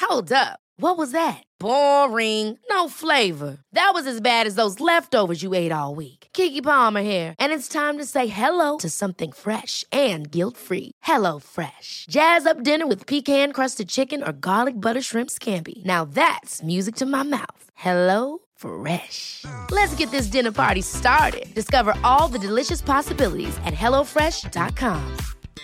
Hold up. What was that? Boring. No flavor. That was as bad as those leftovers you ate all week. Keke Palmer here, and it's time to say hello to something fresh and guilt-free. Hello Fresh. Jazz up dinner with pecan-crusted chicken or garlic butter shrimp scampi. Now that's music to my mouth. Hello Fresh. Let's get this dinner party started. Discover all the delicious possibilities at hellofresh.com.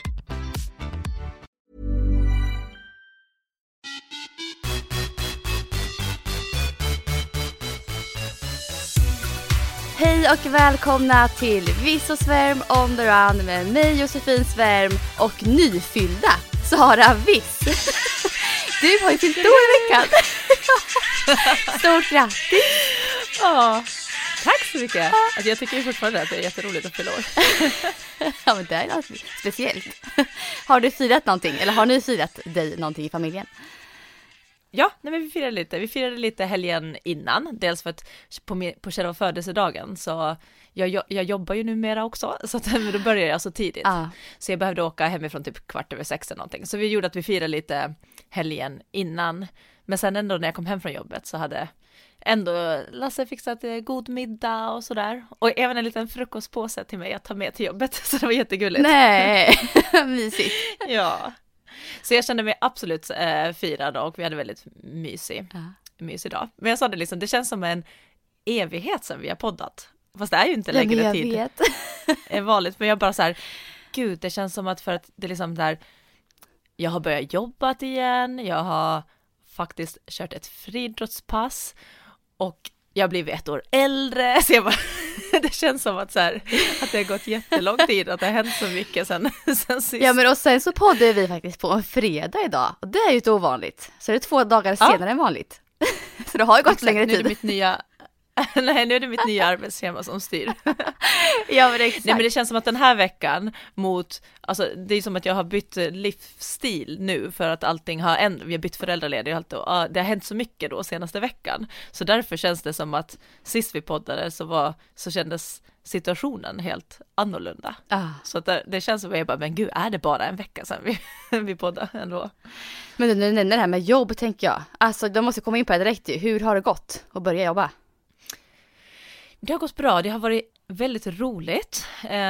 Hej och välkomna till Viss och Svärm on the run med mig Josefin Svärm och nyfyllda Sara Viss. Du har ju fyllt år i veckan. Stort grattis. Ja, tack så mycket. Alltså jag tycker ju fortfarande att det är jätteroligt att fylla år. Ja, men det är något speciellt. Har du firat någonting? Eller har ni firat dig någonting i familjen? Ja, nej, men vi firade lite helgen innan. Dels för att på själva födelsedagen så jag jobbar ju numera också, så att då börjar jag så tidigt. Så jag behövde åka hemifrån typ 6:15 eller någonting. Så vi gjorde att vi firade lite helgen innan. Men sen ändå när jag kom hem från jobbet så hade ändå Lasse fixat god middag och sådär. Och även en liten frukostpåse till mig att ta med till jobbet. Så det var jättegulligt. Nej, mysigt. Ja. Så jag kände mig absolut firad och vi hade väldigt mysig dag. Men jag sa det liksom, det känns som en evighet sedan vi har poddat. Fast det är ju inte längre tid. Det är vanligt, men jag bara så här, gud, det känns som att för att det är liksom där, jag har börjat jobba igen, jag har faktiskt kört ett friidrottspass och jag har blivit 1 år äldre, så jag bara, det känns som att, så här, att det har gått jättelång tid, att det har hänt så mycket sen sist. Ja, men och sen så poddar vi faktiskt på en fredag idag, och det är ju inte ovanligt. Så det är 2 dagar senare än vanligt. Så det har ju gått längre tid. Nu är det mitt nya arbetsschema som styr. Ja, men exakt. Nej, men det känns som att den här veckan alltså det är som att jag har bytt livsstil nu för att allting vi har bytt föräldraledig och det har hänt så mycket då senaste veckan. Så därför känns det som att sist vi poddade så kändes situationen helt annorlunda. Så att det känns som att jag bara, men gud, är det bara en vecka sedan vi poddade ändå? Men du nämner det här med jobb, tänker jag. Alltså, de måste komma in på det direkt. Hur har det gått att börja jobba? Det har gått bra, det har varit väldigt roligt,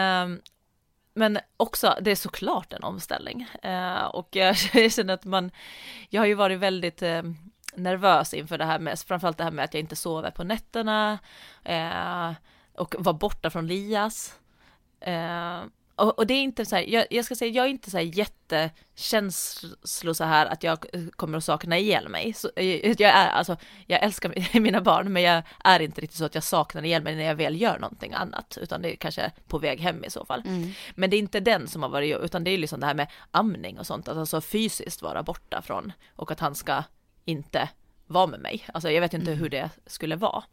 men också det är såklart en omställning, och jag känner att jag har ju varit väldigt nervös inför det här framförallt det här med att jag inte sover på nätterna och var borta från Lias. Och det är inte så här, jag ska säga, jag är inte så här jättekänslo så här att jag kommer att sakna ihjäl mig. Så, jag älskar mina barn, men jag är inte riktigt så att jag saknar ihjäl mig när jag väl gör någonting annat, utan det är kanske på väg hem i så fall. Men det är inte den som har varit, utan det är liksom det här med amning och sånt, att alltså fysiskt vara borta från, och att han ska inte vara med mig. Alltså jag vet inte hur det skulle vara.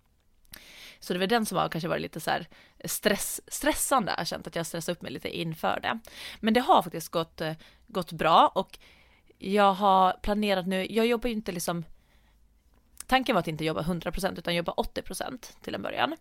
Så det var den som har kanske varit lite så här stressande. Jag har känt att jag stressar upp mig lite inför det. Men det har faktiskt gått bra, och jag har planerat nu. Jag jobbar ju inte liksom, tanken var att inte jobba 100% utan jobba 80% till en början.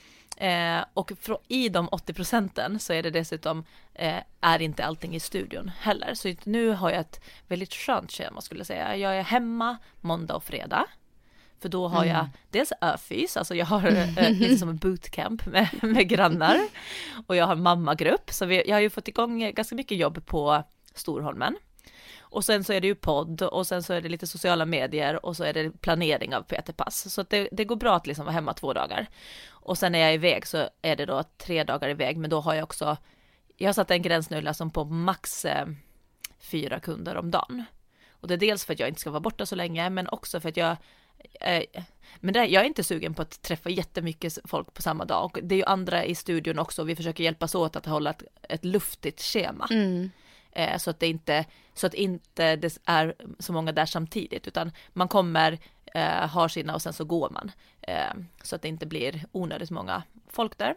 Och i de 80% så är det dessutom är inte allting i studion heller. Så nu har jag ett väldigt skönt schema, skulle jag säga. Jag är hemma måndag och fredag. För då har jag dels öfys, alltså jag har lite som en bootcamp med grannar. Och jag har mammagrupp, så jag har ju fått igång ganska mycket jobb på Storholmen. Och sen så är det ju podd, och sen så är det lite sociala medier, och så är det planering av PT-pass. Så att det går bra att liksom vara hemma 2 dagar. Och sen när jag är iväg så är det då 3 dagar iväg, men då har jag också, jag har satt en gräns nu liksom på max 4 kunder om dagen. Och det är dels för att jag inte ska vara borta så länge, men också för att jag är inte sugen på att träffa jättemycket folk på samma dag. Och det är ju andra i studion också. Vi försöker hjälpas åt att hålla ett luftigt schema. Så att det inte det är så många där samtidigt. Utan man kommer, har sina, och sen så går man. Så att det inte blir onödigt många folk där.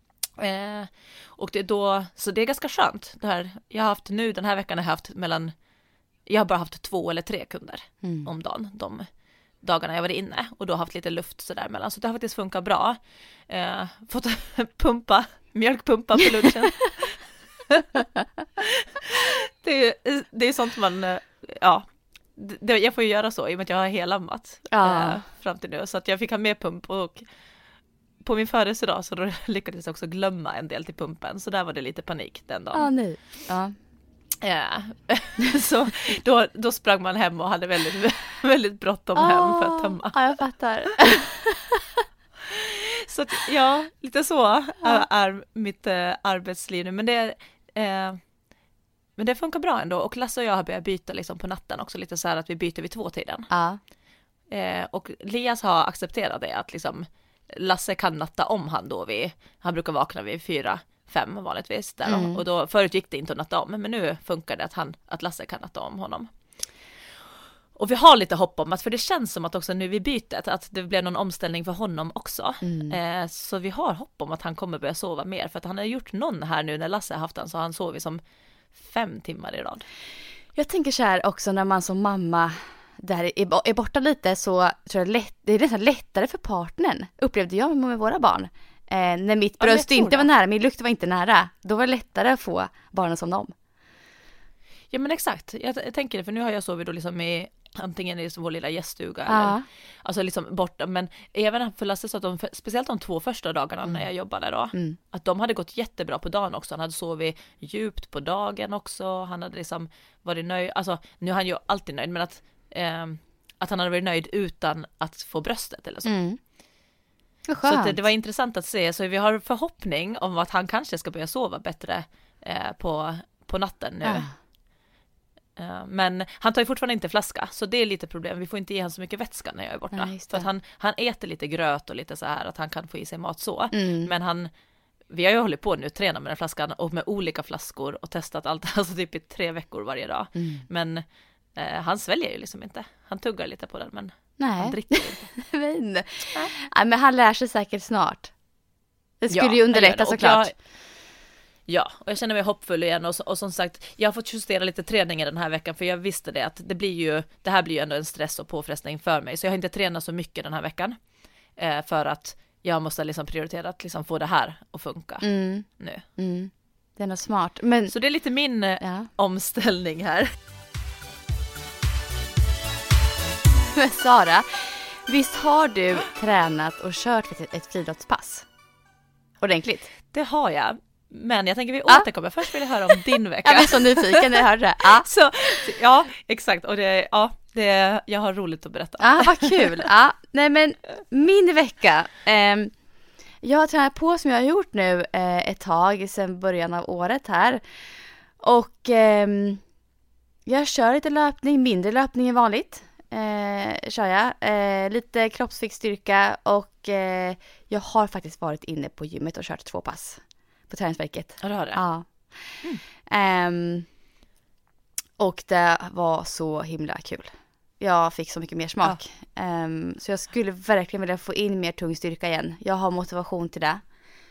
Och det är då, så det är ganska skönt. Det här, jag har haft nu, den här veckan har jag har bara haft 2 eller 3 kunder om dagen. De dagarna jag var inne, och då har haft lite luft så där mellan, så det har faktiskt funkat bra. Fått mjölkpumpa på lunchen. det är sånt man jag får ju göra så i och med att jag har helammat fram till nu. Så att jag fick ha med pump och på min födelsedag så då lyckades jag också glömma en del till pumpen. Så där var det lite panik den dagen. Nej. Ja. Ja. Så då sprang man hem och hade väldigt, väldigt bråttom hem för att tömma. Ja, jag fattar. Så att, ja, lite så är mitt arbetsliv nu. Men det funkar bra ändå. Och Lasse och jag har börjat byta liksom på natten också. Lite så här att vi byter vid 2-tiden. Ja. Och Lias har accepterat det. Att liksom Lasse kan natta om han brukar vakna vid 4-5 vanligtvis. Där. Och då förut gick det inte att natta om. Men nu funkar det att Lasse kan natta om honom. Och vi har lite hopp om att, för det känns som att också nu vid bytet att det blir någon omställning för honom också. Så vi har hopp om att han kommer börja sova mer. För att han har gjort någon här nu när Lasse har haft den, så har han sovit som 5 timmar i rad. Jag tänker så här också, när man som mamma där är borta lite, så tror jag det är nästan lättare för partnern, upplevde jag med våra barn. När mitt bröst inte var nära, min lukt var inte nära, då var det lättare att få barnen som dem. Ja men exakt, jag tänker det, för nu har jag sovit då liksom antingen i vår lilla gäststuga eller alltså liksom borta, men även för Lasse så att speciellt de 2 första dagarna när jag jobbade då, att de hade gått jättebra på dagen också. Han hade sovit djupt på dagen också, han hade liksom varit nöjd, alltså nu är han ju alltid nöjd, men att han hade varit nöjd utan att få bröstet eller så. Så det var intressant att se, så vi har förhoppning om att han kanske ska börja sova bättre på natten nu. Men han tar ju fortfarande inte flaska, så det är lite problem. Vi får inte ge han så mycket vätska när jag är borta. För att han äter lite gröt och lite så här att han kan få i sig mat så. Men vi har ju hållit på nu att träna med den flaskan och med olika flaskor och testat allt, alltså typ i 3 veckor varje dag. Men han sväljer ju liksom inte. Han tuggar lite på den, men han dricker inte. Nej, men han lär sig säkert snart. Det skulle ju underlätta såklart. Ja, och jag känner mig hoppfull igen och som sagt, jag har fått justera lite träningen den här veckan, för jag visste det att det här blir ju ändå en stress och påfrestning för mig, så jag har inte tränat så mycket den här veckan för att jag måste liksom prioritera att liksom få det här att funka nu. Det är nog smart. Men så det är lite min omställning här. Men Sara, visst har du tränat och kört ett friidrottspass? Ordentligt? Det har jag. Men jag tänker vi återkommer. Först vill jag höra om din vecka. Jag blir så nyfiken när jag hörde det. Så, ja, exakt. Och jag har roligt att berätta. Vad kul. Nej, men min vecka. Jag har tränat på som jag har gjort nu ett tag sedan början av året här. Och jag kör lite löpning, mindre löpning än vanligt. Kör jag. Lite kroppsviktstyrka och jag har faktiskt varit inne på gymmet och kört 2 pass. På träningsverket. Ja, det har det. Ja. Och det var så himla kul. Jag fick så mycket mer smak. Så jag skulle verkligen vilja få in mer tung styrka igen. Jag har motivation till det.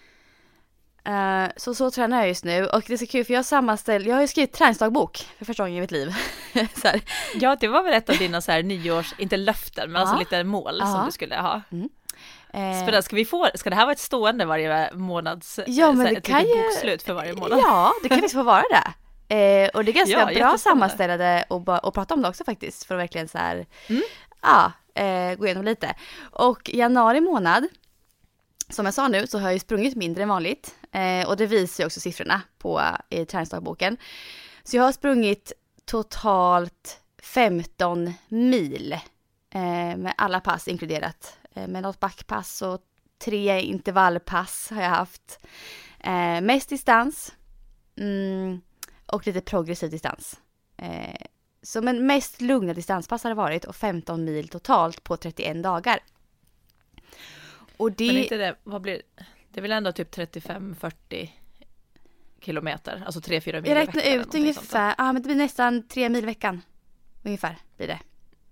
Så tränar jag just nu. Och det är så kul för jag har ju skrivit träningsdagbok för första gången i mitt liv. Så här. Ja, det var väl ett av dina så här nyårs, inte löften, men alltså lite mål som du skulle ha. Ska det här vara ett stående varje månads men det kan ju bokslut för varje månad? Ja, det kan visst få vara det. Och det är ganska bra sammanställade och prata om det också faktiskt, för att verkligen så här gå igenom lite. Och januari månad, som jag sa nu, så har jag ju sprungit mindre än vanligt. Och det visar ju också siffrorna i träningsdagboken. Så jag har sprungit totalt 15 mil med alla pass inkluderat. Med något backpass och 3 intervallpass har jag haft. Mest distans och lite progressiv distans. Så men mest lugna distanspass har det varit, och 15 mil totalt på 31 dagar. Och det... Men inte det, vad blir det är väl ändå typ 35-40 kilometer, alltså 3-4 mil i veckan. Jag räknar ut ungefär, men det blir nästan 3 mil i veckan. Ungefär blir det.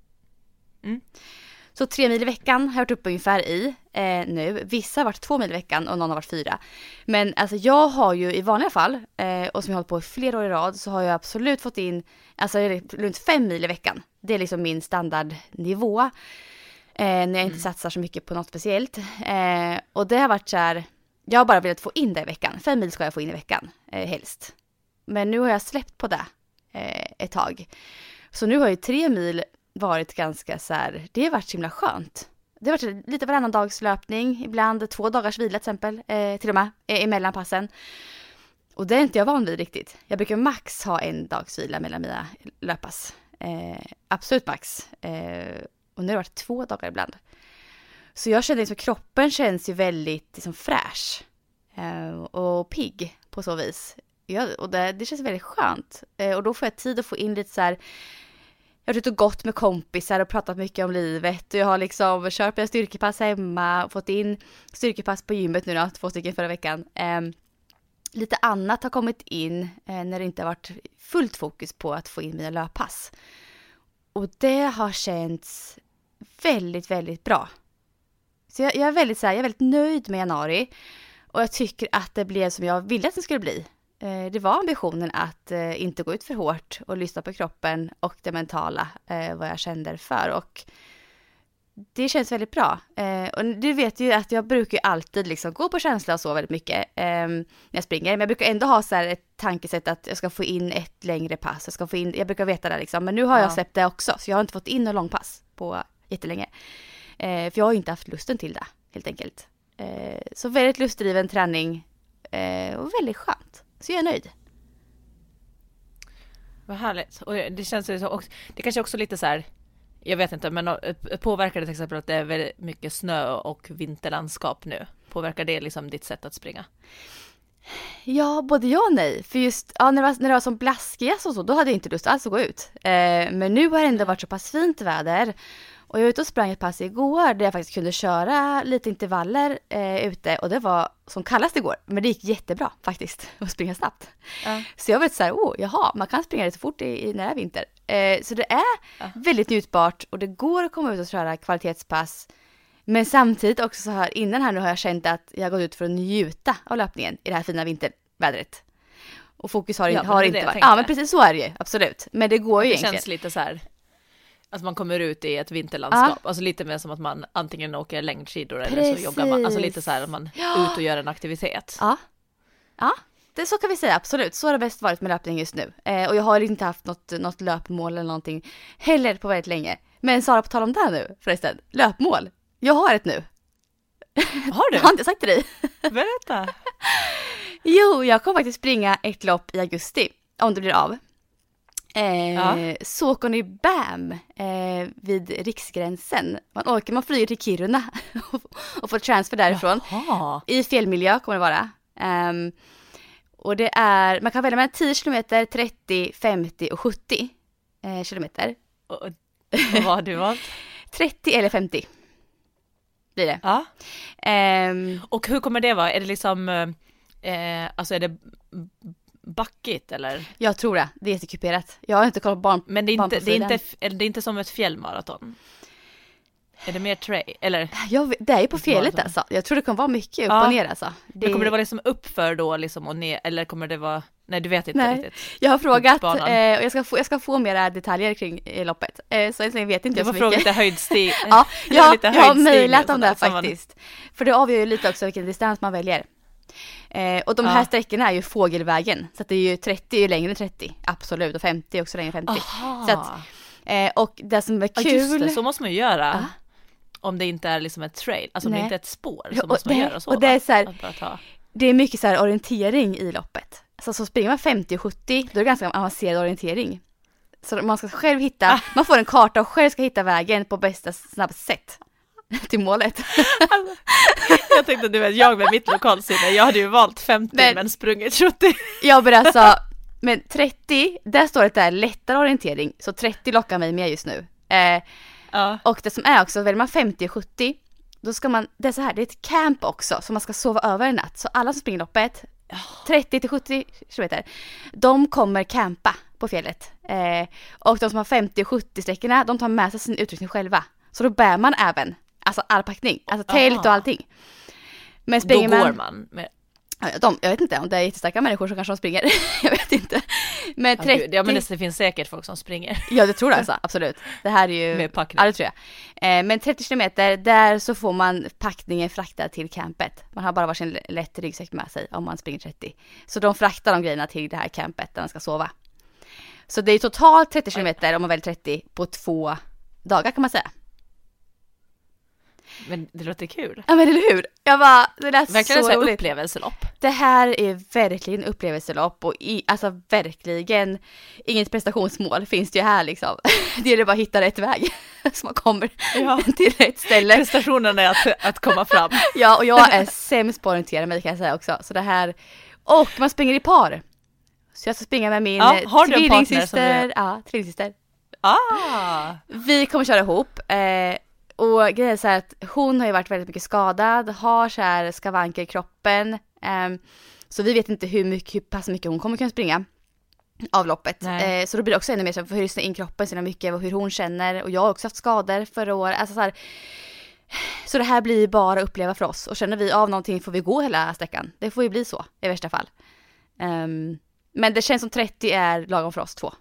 Så 3 mil i veckan har jag varit uppe ungefär i nu. Vissa har varit 2 mil i veckan och någon har varit 4. Men alltså jag har ju i vanliga fall, och som jag har hållit på i flera år i rad, så har jag absolut fått in runt 5 mil i veckan. Det är liksom min standardnivå. När jag inte satsar så mycket på något speciellt. Och det har varit så här, jag har bara velat få in det i veckan. 5 mil ska jag få in i veckan, helst. Men nu har jag släppt på det ett tag. Så nu har ju 3 mil varit ganska så här, det har varit så himla skönt. Det har varit lite varannan dags löpning, ibland 2 dagars vila till exempel, till och med emellan passen. Och det är inte jag van vid riktigt. Jag brukar max ha 1 dags vila mellan mina löppass. Absolut max. Och nu har det varit 2 dagar ibland. Så jag känner att kroppen känns ju väldigt liksom, fräsch och pigg på så vis. Och det känns väldigt skönt. Och då får jag tid att få in lite så här. Jag har ute och gått med kompisar och pratat mycket om livet. Och jag har liksom kört på styrkepass hemma. Fått in styrkepass på gymmet nu då, 2 stycken förra veckan. Lite annat har kommit in när det inte har varit fullt fokus på att få in mina löppass. Och det har känts väldigt, väldigt bra. Så jag är väldigt nöjd med januari. Och jag tycker att det blev som jag ville att det skulle bli. Det var ambitionen att inte gå ut för hårt och lyssna på kroppen och det mentala, vad jag kände för. Och det känns väldigt bra. Och du vet ju att jag brukar alltid liksom gå på känsla och så väldigt mycket när jag springer. Men jag brukar ändå ha så här ett tankesätt att jag ska få in ett längre pass. Jag brukar veta det liksom. Men nu har jag släppt det också. Så jag har inte fått in någon långpass på jättelänge. För jag har inte haft lusten till det, helt enkelt. Så väldigt lustdriven träning och väldigt skönt. Så jag är nöjd. Vad härligt. Och det känns ju så, och det kanske också lite så här, jag vet inte, men påverkar det till exempel att det är väldigt mycket snö och vinterlandskap nu? Påverkar det liksom ditt sätt att springa? Ja, både ja och nej. För just när det var som blaskigast och så, då hade jag inte lust alls att gå ut. Men nu har det ändå varit så pass fint väder. Och jag var ute och sprang ett pass igår där jag faktiskt kunde köra lite intervaller ute. Och det var som kallast igår. Men det gick jättebra faktiskt att springa snabbt. Så jag var lite så här, man kan springa lite fort i när det är vinter. Så det är väldigt njutbart och det går att komma ut och köra kvalitetspass. Men samtidigt också så här, innan här nu har jag känt att jag har gått ut för att njuta av löpningen i det här fina vintervädret. Och fokus har inte varit. Ja, men precis så är det ju, absolut. Men det går ju egentligen. Det känns lite så här att man kommer ut i ett vinterlandskap. Alltså lite mer som att man antingen åker längdskidor eller så joggar man. Alltså lite så här att man är ute och gör en aktivitet. Ja. Det så kan vi säga, absolut. Så har det bäst varit med löpning just nu. Och jag har inte haft något löpmål eller någonting heller på väldigt länge. Men Sara, på tal om det här nu förresten. Löpmål. Jag har ett nu. Har du? Jag har inte sagt till dig. Berätta. Jo, jag kommer faktiskt springa ett lopp i augusti. Om det blir av. Såkon Bam vid Riksgränsen. Man flyger till Kiruna och får transfer därifrån. Jaha. I fjällmiljö kommer det vara. Och det är, man kan välja mellan 10 kilometer, 30, 50 och 70 kilometer. Och vad har du valt? 30 eller 50 blir det. Ja. Och hur kommer det vara? Är det liksom, alltså är det backigt eller? Jag tror det. Det är jättekuperat. Jag har inte kollat barn. Men det är inte som ett fjällmaraton. Är det mer trail? Eller? Det är ju på fjället alltså. Jag tror det kommer vara mycket upp och ner alltså. Men kommer det vara liksom uppför då liksom och ner? Eller kommer det vara... Nej, du vet inte riktigt. Jag har frågat och jag ska få mera detaljer kring loppet. Så jag vet inte så mycket. Du får fråga lite höjdstig. Jag har mejlat om det faktiskt. För det avgör ju lite också vilken distans man väljer. Och de här sträckorna är ju fågelvägen. Så att det är ju 30 är ju längre än 30. Absolut. Och 50 är också längre än 50. Så att, och det som är kul... just det, så måste man ju göra. Om det inte är liksom ett trail. Alltså om det inte är ett spår så måste man göra så. Och det är så här, det är mycket så här orientering i loppet. Så springer man 50 och 70, då är det ganska avancerad orientering. Så man ska själv hitta, man får en karta och själv ska hitta vägen på bästa snabbaste sätt till målet. Alltså, jag tänkte du vet, jag med mitt lokalsinne, jag hade ju valt 50 men sprungit 70. Jag började alltså, men 30, där står det där lättare orientering, så 30 lockar mig med just nu. Och det som är också, väljer man 50 och 70, då ska man, det är så här, det är ett camp också, så man ska sova över en natt. Så alla som springer loppet, 30 till 70 kilometer, de kommer campa på fjället. Och de som har 50 och 70 sträckorna, de tar med sig sin utrustning själva. Så då bär man även, alltså all packning, alltså tält och allting. Men springer då går man med... Jag vet inte om det är jättestarka människor som kanske springer. Jag vet inte. Men 30... Ja, men det finns säkert folk som springer. Ja, det tror jag alltså, absolut. Det här är ju... Med packning. Ja, det tror jag. Men 30 kilometer, där så får man packningen fraktad till campet. Man har bara varsin lätt ryggsäck med sig om man springer 30. Så de fraktar de grejerna till det här campet där man ska sova. Så det är totalt 30 kilometer om man väljer 30 på 2 dagar kan man säga. Men det låter kul. Ja men eller hur? Jag bara, det lät verkligen så roligt. upplevelselopp. Det här är verkligen upplevelselopp och alltså verkligen inget prestationsmål finns det ju här liksom. Det är bara att hitta rätt väg så man kommer till rätt ställe. Prestationen är att komma fram. Ja, och jag är sämst på att orientera mig kan jag säga också. Så det här, och man springer i par. Så jag ska springa med min tvillingsyster. Ja, tvillingsyster. Vi kommer köra ihop. Och grejen är så här att hon har ju varit väldigt mycket skadad, har så här skavanker i kroppen. Så vi vet inte hur pass mycket hon kommer kunna springa av loppet. Så då blir det också ännu mer så här, för hur in kroppen så mycket och hur hon känner. Och jag har också haft skador förra året. Alltså så här, så det här blir bara uppleva för oss. Och känner vi av någonting får vi gå hela sträckan. Det får ju bli så i värsta fall. Men det känns som 30 är lagom för oss 2.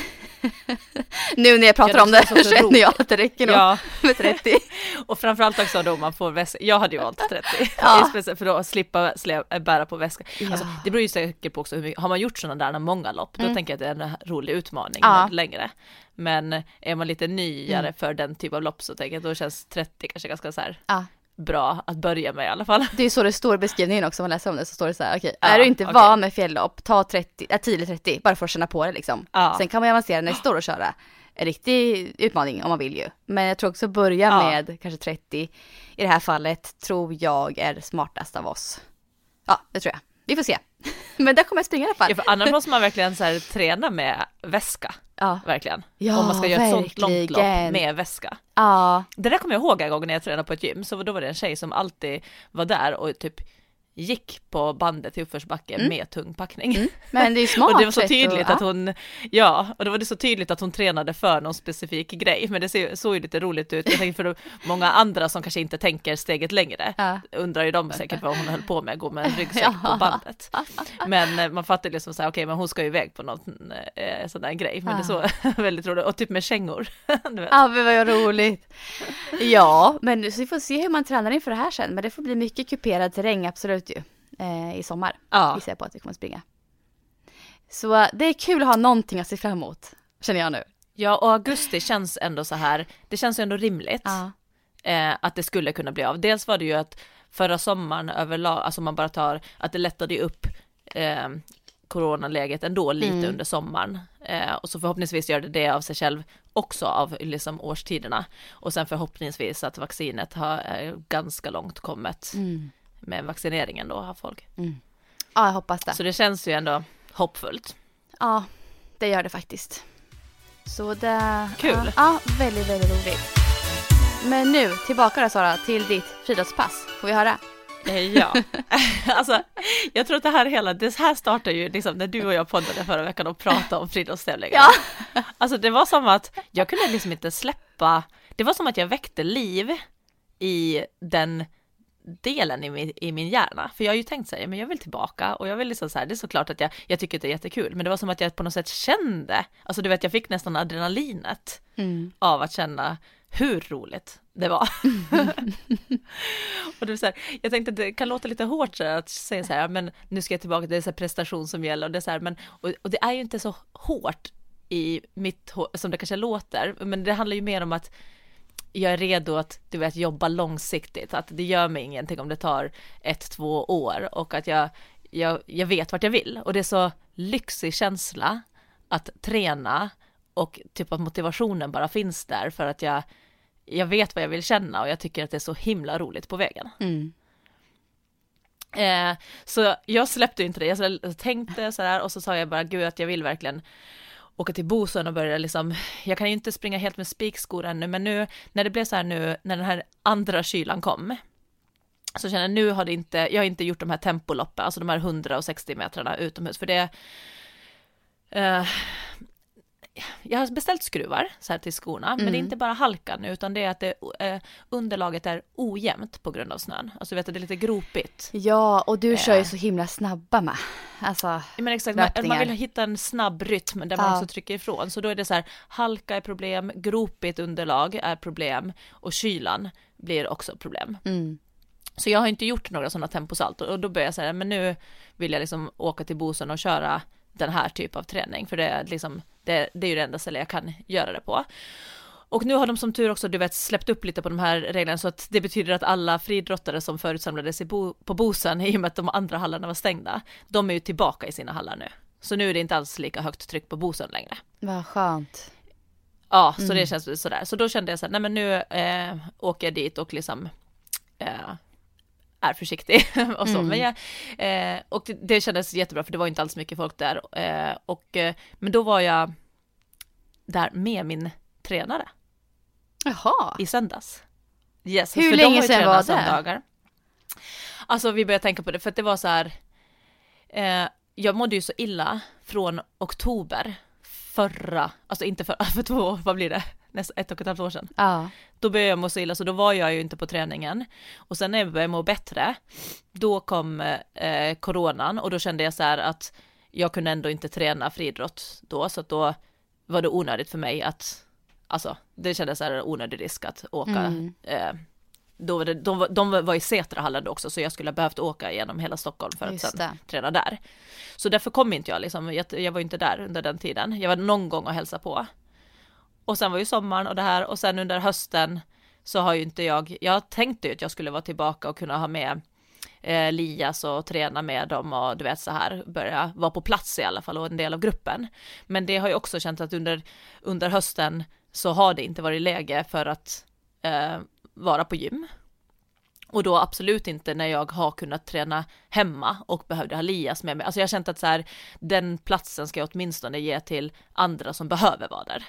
Nu när jag pratar om det så känner jag att det räcker nog med 30. Och framförallt också då man får väska. Jag hade ju valt 30 för att slippa bära på väska. Alltså, det beror ju säkert på också hur mycket. Har man gjort sådana där många lopp då tänker jag att det är en rolig utmaning längre. Men är man lite nyare för den typ av lopp så tänker jag att då känns 30 kanske ganska så här bra att börja med i alla fall. Det är så det står i beskrivningen också om man läser om det så står det så här är du inte van med fjälllopp ta 10-30 bara för att känna på det liksom. Sen kan man ju avancera nästa år och köra en riktig utmaning om man vill ju. Men jag tror också börja med kanske 30 i det här fallet tror jag är smartast av oss. Ja, det tror jag. Vi får se. Men där kommer jag springa i alla fall. Ja, för annars måste man verkligen så här, träna med väska. Verkligen. Ja, om man ska göra ett sånt långt lopp med väska. Det där kommer jag ihåg en gång när jag tränade på ett gym. Så då var det en tjej som alltid var där och typ gick på bandet i uppförsbacken med tung packning. Men det är smart. Och det var så tydligt att hon och det var det så tydligt att hon tränade för någon specifik grej. Men det såg ju lite roligt ut. Jag tänker för många andra som kanske inte tänker steget längre undrar ju de säkert vad hon höll på med, gå med en ryggsäck på bandet. Men man fattar liksom så här, okej, men hon ska ju iväg på någon sån där grej. Men det såg väldigt roligt. Och typ med kängor. Ja, men vad roligt. Ja, men så vi får se hur man tränar inför det här sen. Men det får bli mycket kuperad terräng, absolut ju. I sommar. Gissar jag på att vi kommer springa. Så det är kul att ha någonting att se fram emot, känner jag nu. Ja, och augusti känns ändå så här, det känns ändå rimligt att det skulle kunna bli av. Dels var det ju att förra sommaren överlag, alltså man bara tar, att det lättade upp coronaläget ändå lite under sommaren. Och så förhoppningsvis gör det av sig själv också av liksom årstiderna. Och sen förhoppningsvis att vaccinet har ganska långt kommit med vaccineringen då har folk. Ja, jag hoppas det. Så det känns ju ändå hoppfullt. Ja, det gör det faktiskt. Så det... Kul. Ja, väldigt, väldigt roligt. Men nu, tillbaka då Sara, till ditt friidrottspass. Får vi höra? Ja, alltså jag tror att det här startar ju liksom när du och jag poddade förra veckan och pratade om friidrottstävlingar. Alltså det var som att jag kunde liksom inte släppa, det var som att jag väckte liv i den delen i min hjärna. För jag har ju tänkt så här, men jag vill tillbaka och jag vill liksom så här, det är såklart att jag tycker att det är jättekul, men det var som att jag på något sätt kände, alltså du vet, jag fick nästan adrenalinet av att känna hur roligt det var. Och det är så här, jag tänkte att det kan låta lite hårt så här, att säga så här, men nu ska jag tillbaka, det är så här prestation som gäller och det är så här, men och det är ju inte så hårt i mitt som det kanske låter, men det handlar ju mer om att jag är redo att du vet jobba långsiktigt, att det gör mig ingenting om det tar 1-2 år och att jag vet vart jag vill, och det är så lyxig känsla att träna och typ att motivationen bara finns där för att jag vet vad jag vill känna och jag tycker att det är så himla roligt på vägen. Så jag släppte inte det, jag tänkte så här och så sa jag bara, gud att jag vill verkligen åka till Bosön och börja liksom, jag kan ju inte springa helt med spikskor ännu, men nu när det blev så här nu, när den här andra kylan kom, så känner jag nu jag har inte gjort de här tempoloppen, alltså de här 160 metrarna utomhus, för det jag har beställt skruvar så här till skorna, men det är inte bara halkan utan det är att underlaget är ojämnt på grund av snön. Alltså vet du, det är lite gropigt. Ja, och du kör ju så himla snabba med. Alltså, men exakt, man vill hitta en snabb rytm där man också trycker ifrån. Så då är det så här, halka är problem, gropigt underlag är problem och kylan blir också problem. Så jag har inte gjort några sådana temposalt och då börjar jag säga, men nu vill jag liksom åka till Bosön och köra den här typ av träning, för det är liksom det är ju det enda stället jag kan göra det på. Och nu har de som tur också, du vet, släppt upp lite på de här reglerna, så att det betyder att alla friidrottare som förut samlades på Bosön, i och med att de andra hallarna var stängda, de är ju tillbaka i sina hallar nu. Så nu är det inte alls lika högt tryck på Bosön längre. Vad skönt. Ja, så det känns sådär. Så då kände jag så här, nej men nu åker jag dit och liksom är försiktig och så. Men och det kändes jättebra, för det var inte alls mycket folk där. Men då var jag där med min tränare. Jaha. I söndags. Yes, hur länge sedan var det? Söndagar. Alltså vi började tänka på det, för att det var så här, jag mådde ju så illa från oktober alltså inte för 2 år, vad blir det? Nästan 1,5 år sedan. Ja. Då började jag må så illa, så då var jag ju inte på träningen. Och sen när jag började må bättre, då kom coronan, och då kände jag så här att jag kunde ändå inte träna friidrott då, så att då var det onödigt för mig att, alltså det kändes så här onödig risk att åka. Då var de var i Sätrahallen också, så jag skulle ha behövt åka genom hela Stockholm för att sen träna där. Så därför kom inte jag liksom, jag var inte där under den tiden. Jag var någon gång och hälsa på. Och sen var ju sommaren och det här, och sen under hösten så har ju inte jag tänkte ju att jag skulle vara tillbaka och kunna ha med Lias och träna med dem och du vet så här, börja vara på plats i alla fall och en del av gruppen. Men det har ju också känt att under hösten så har det inte varit läge för att vara på gym. Och då absolut inte när jag har kunnat träna hemma och behövde ha Lias med mig. Alltså jag har känt att så här, den platsen ska jag åtminstone ge till andra som behöver vara där.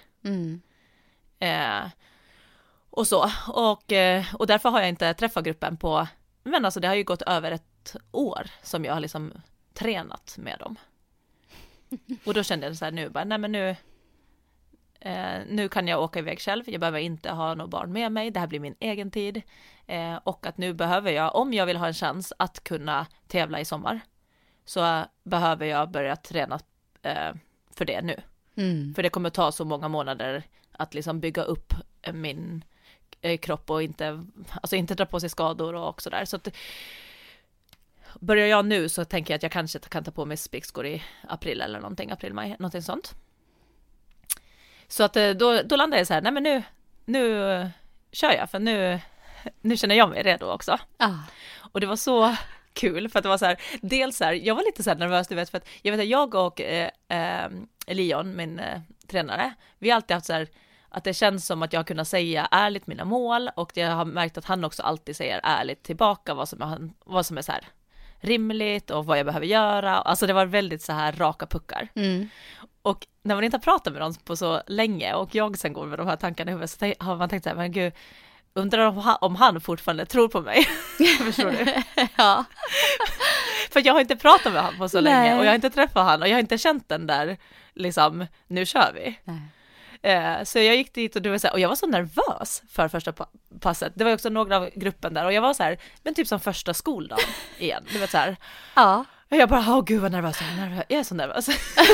Och så. Och därför har jag inte träffat gruppen på, men alltså det har ju gått över 1 år som jag har liksom tränat med dem. Och då kände jag så här nu bara, nej men nu kan jag åka iväg själv, jag behöver inte ha något barn med mig, det här blir min egen tid, och att nu behöver jag, om jag vill ha en chans att kunna tävla i sommar, så behöver jag börja träna för det nu. För det kommer ta så många månader att liksom bygga upp min kropp och inte dra på sig skador och sådär. Så att börjar jag nu så tänker jag att jag kanske kan ta på mig spikskor i april eller någonting, april-maj, någonting sånt. Så att då landade jag så här, nej men nu kör jag, för nu känner jag mig redo också. Och det var så kul, för att det var så här, dels så här, jag var lite så här nervös, du vet, för att jag vet att jag och Leon, min tränare, vi har alltid haft så här, att det känns som att jag har kunnat säga ärligt mina mål, och jag har märkt att han också alltid säger ärligt tillbaka vad som är så här rimligt och vad jag behöver göra. Alltså det var väldigt så här raka puckar. Och när man inte har pratat med dem på så länge, och jag sen går med de här tankarna i huvudet, så har man tänkt så här, men gud, undrar om han fortfarande tror på mig. Förstår du? Ja. För jag har inte pratat med han på så länge, och jag har inte träffat han, och jag har inte känt den där liksom, nu kör vi. Så jag gick dit, och det var så här, och jag var så nervös för första passet. Det var också några av gruppen där, och jag var så här, men typ som första skoldagen igen. Du vet så här. Ja. Och jag bara, gud vad nervös jag är så nervös.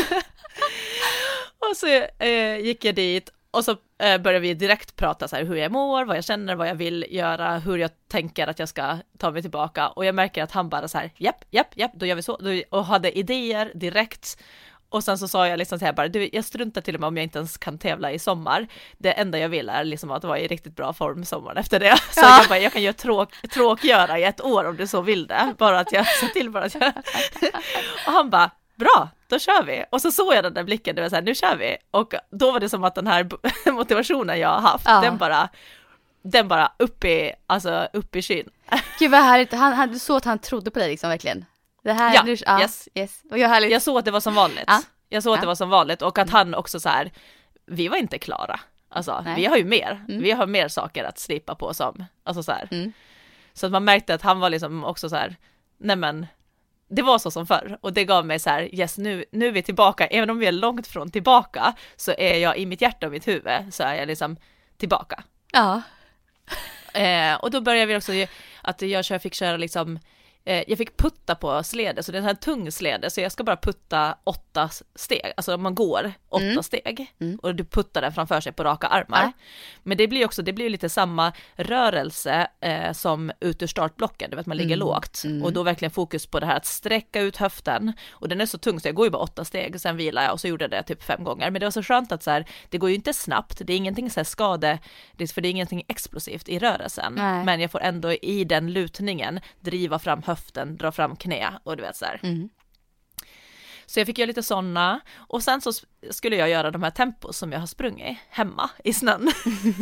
Och så gick jag dit, och så började vi direkt prata så här, hur jag mår, vad jag känner, vad jag vill göra, hur jag tänker att jag ska ta mig tillbaka. Och jag märker att han bara så här, japp, då gör vi så, och hade idéer direkt. Och sen så sa jag liksom så här bara, jag struntar till och med om jag inte ens kan tävla i sommar. Det enda jag vill är liksom att vara i riktigt bra form sommaren efter det. Så jag kan göra tråkgöra i 1 år om du så vill det. Bara att jag ser till bara att jag... Och han bara, bra, då kör vi. Och så såg jag den där blicken, det var så här, nu kör vi. Och då var det som att den här motivationen jag har haft, den bara upp i skyn. Gud vad härligt, du såg att han trodde på dig liksom, verkligen. Det här, yes. Och jag såg att det var som vanligt. Jag såg att det var som vanligt, och att han också så här, vi var inte klara. Alltså, vi har ju mer. Vi har mer saker att slipa på som, alltså så här. Så att man märkte att han var liksom också så här, nej men, det var så som förr. Och det gav mig så här, yes, nu är vi tillbaka. Även om vi är långt från tillbaka, så är jag i mitt hjärta och mitt huvud, så är jag liksom tillbaka. Ja. Och då började vi också att jag fick köra liksom jag fick putta på slede, så det är en här tung slede, så jag ska bara putta 8 steg, alltså man går 8 steg och du puttar den framför sig på raka armar. Men det blir lite samma rörelse som ut ur startblocken, du vet man ligger lågt och då verkligen fokus på det här att sträcka ut höften, och den är så tung så jag går ju bara 8 steg, sen vilar jag och så gjorde jag det typ 5 gånger, men det var så skönt att så här, det går ju inte snabbt, det är ingenting så här för det är ingenting explosivt i rörelsen. Nej. Men jag får ändå i den lutningen driva fram höften, dra fram knä och du vet så här. Så jag fick göra lite sådana, och sen så skulle jag göra de här tempos som jag har sprungit hemma i snön.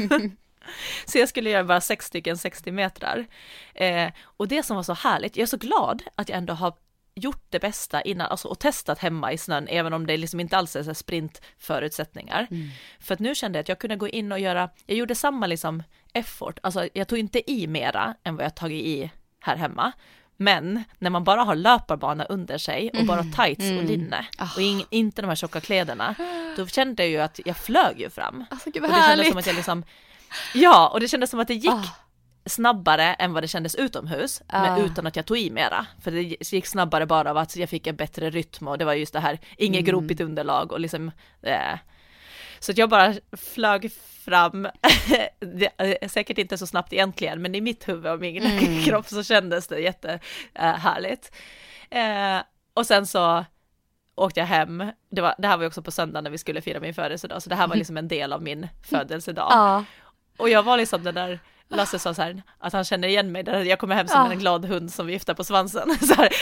Så jag skulle göra bara 6 stycken 60 metrar. Och det som var så härligt, jag är så glad att jag ändå har gjort det bästa innan, alltså, och testat hemma i snön, även om det liksom inte alls är så sprintförutsättningar. För att nu kände jag att jag kunde gå in och jag gjorde samma liksom effort, alltså jag tog inte i mera än vad jag tagit i här hemma. Men när man bara har löparbana under sig och bara tights och linne och inte de här tjocka kläderna, då kände jag ju att jag flög ju fram. Alltså gud vad och det härligt. kändes som att jag liksom, ja, och det kändes som att det gick snabbare än vad det kändes utomhus, men utan att jag tog i mera. För det gick snabbare bara av att jag fick en bättre rytm, och det var just det här, inget gropigt underlag och liksom så att jag bara flög fram. Det är säkert inte så snabbt egentligen, men i mitt huvud och min kropp så kändes det jättehärligt. Och sen så åkte jag hem. Det här var ju också på söndag när vi skulle fira min födelsedag, så det här var liksom en del av min födelsedag. Och jag var liksom den där, Lasse sa så här, att han känner igen mig, där jag kommer hem som en glad hund som viftar på svansen. Så här.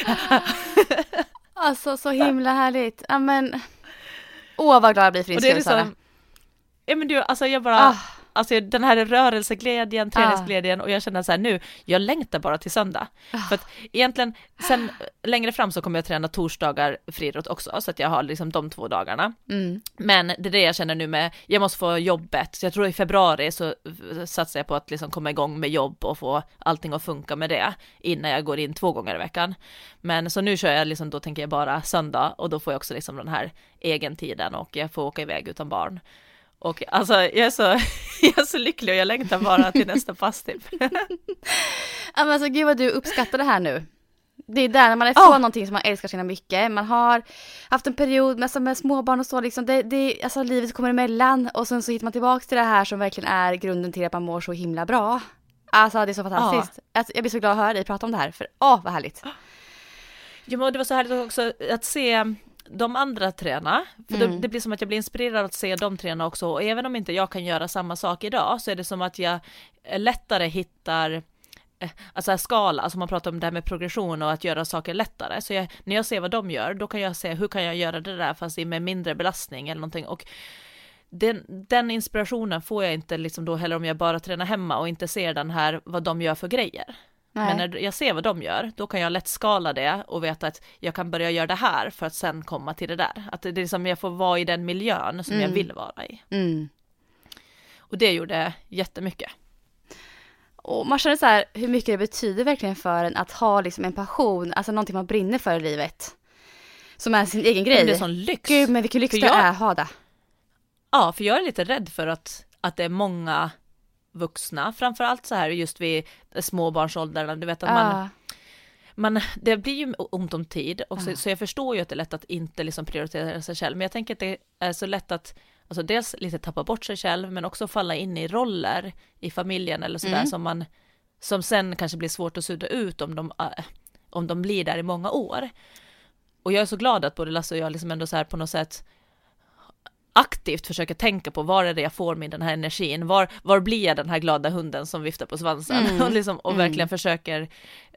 Alltså så himla härligt. Ja men, vad glad jag blir för din skull, Sara. Ja men du, alltså jag bara, alltså den här rörelseglädjen, träningsglädjen, och jag känner så här nu, jag längtar bara till söndag. För att egentligen, sen längre fram så kommer jag träna torsdagar friidrott också, så att jag har liksom de 2 dagarna. Men det är det jag känner nu med, jag måste få jobbet, så jag tror i februari så satsar jag på att liksom komma igång med jobb och få allting att funka med det innan jag går in 2 gånger i veckan. Men så nu kör jag liksom, då tänker jag bara söndag, och då får jag också liksom den här egentiden och jag får åka iväg utan barn. Och alltså jag är så lycklig, och jag längtar bara till nästa pass typ. Ja men alltså gud vad du uppskattar det här nu. Det är där när man är från någonting som man älskar så mycket. Man har haft en period med småbarn och så liksom. Alltså livet kommer emellan, och sen så hittar man tillbaka till det här som verkligen är grunden till att man mår så himla bra. Alltså det är så fantastiskt. Alltså, jag blir så glad att höra dig prata om det här, för vad härligt. Ja men det var så härligt också att se de andra träna, för det blir som att jag blir inspirerad att se de träna också, och även om inte jag kan göra samma sak idag, så är det som att jag lättare hittar alltså skala, alltså man pratar om det här med progression och att göra saker lättare, så när jag ser vad de gör, då kan jag se hur kan jag göra det där fast med mindre belastning eller någonting, och den inspirationen får jag inte liksom då heller om jag bara tränar hemma och inte ser den här vad de gör för grejer. Nej. Men när jag ser vad de gör, då kan jag lätt skala det och veta att jag kan börja göra det här för att sen komma till det där. Att det är som jag får vara i den miljön som jag vill vara i. Och det gjorde jättemycket. Och man känner så här, hur mycket det betyder verkligen för en att ha liksom en passion, alltså någonting man brinner för i livet. Som är sin egen grej. Men det är sån lyx. Gud, men vilken lyx det är att ha det. Ja, för jag är lite rädd för att det är många vuxna, framförallt så här just vid småbarnsåldrarna, du vet att det blir ju ont om tid och så jag förstår ju att det är lätt att inte liksom prioritera sig själv, men jag tänker att det är så lätt att alltså dels lite tappa bort sig själv, men också falla in i roller i familjen eller sådär som sen kanske blir svårt att sudda ut om de blir där i många år. Och jag är så glad att både Lasse och jag liksom ändå så här på något sätt aktivt försöker tänka på var är det jag får min den här energin, var blir jag den här glada hunden som viftar på svansen och verkligen försöker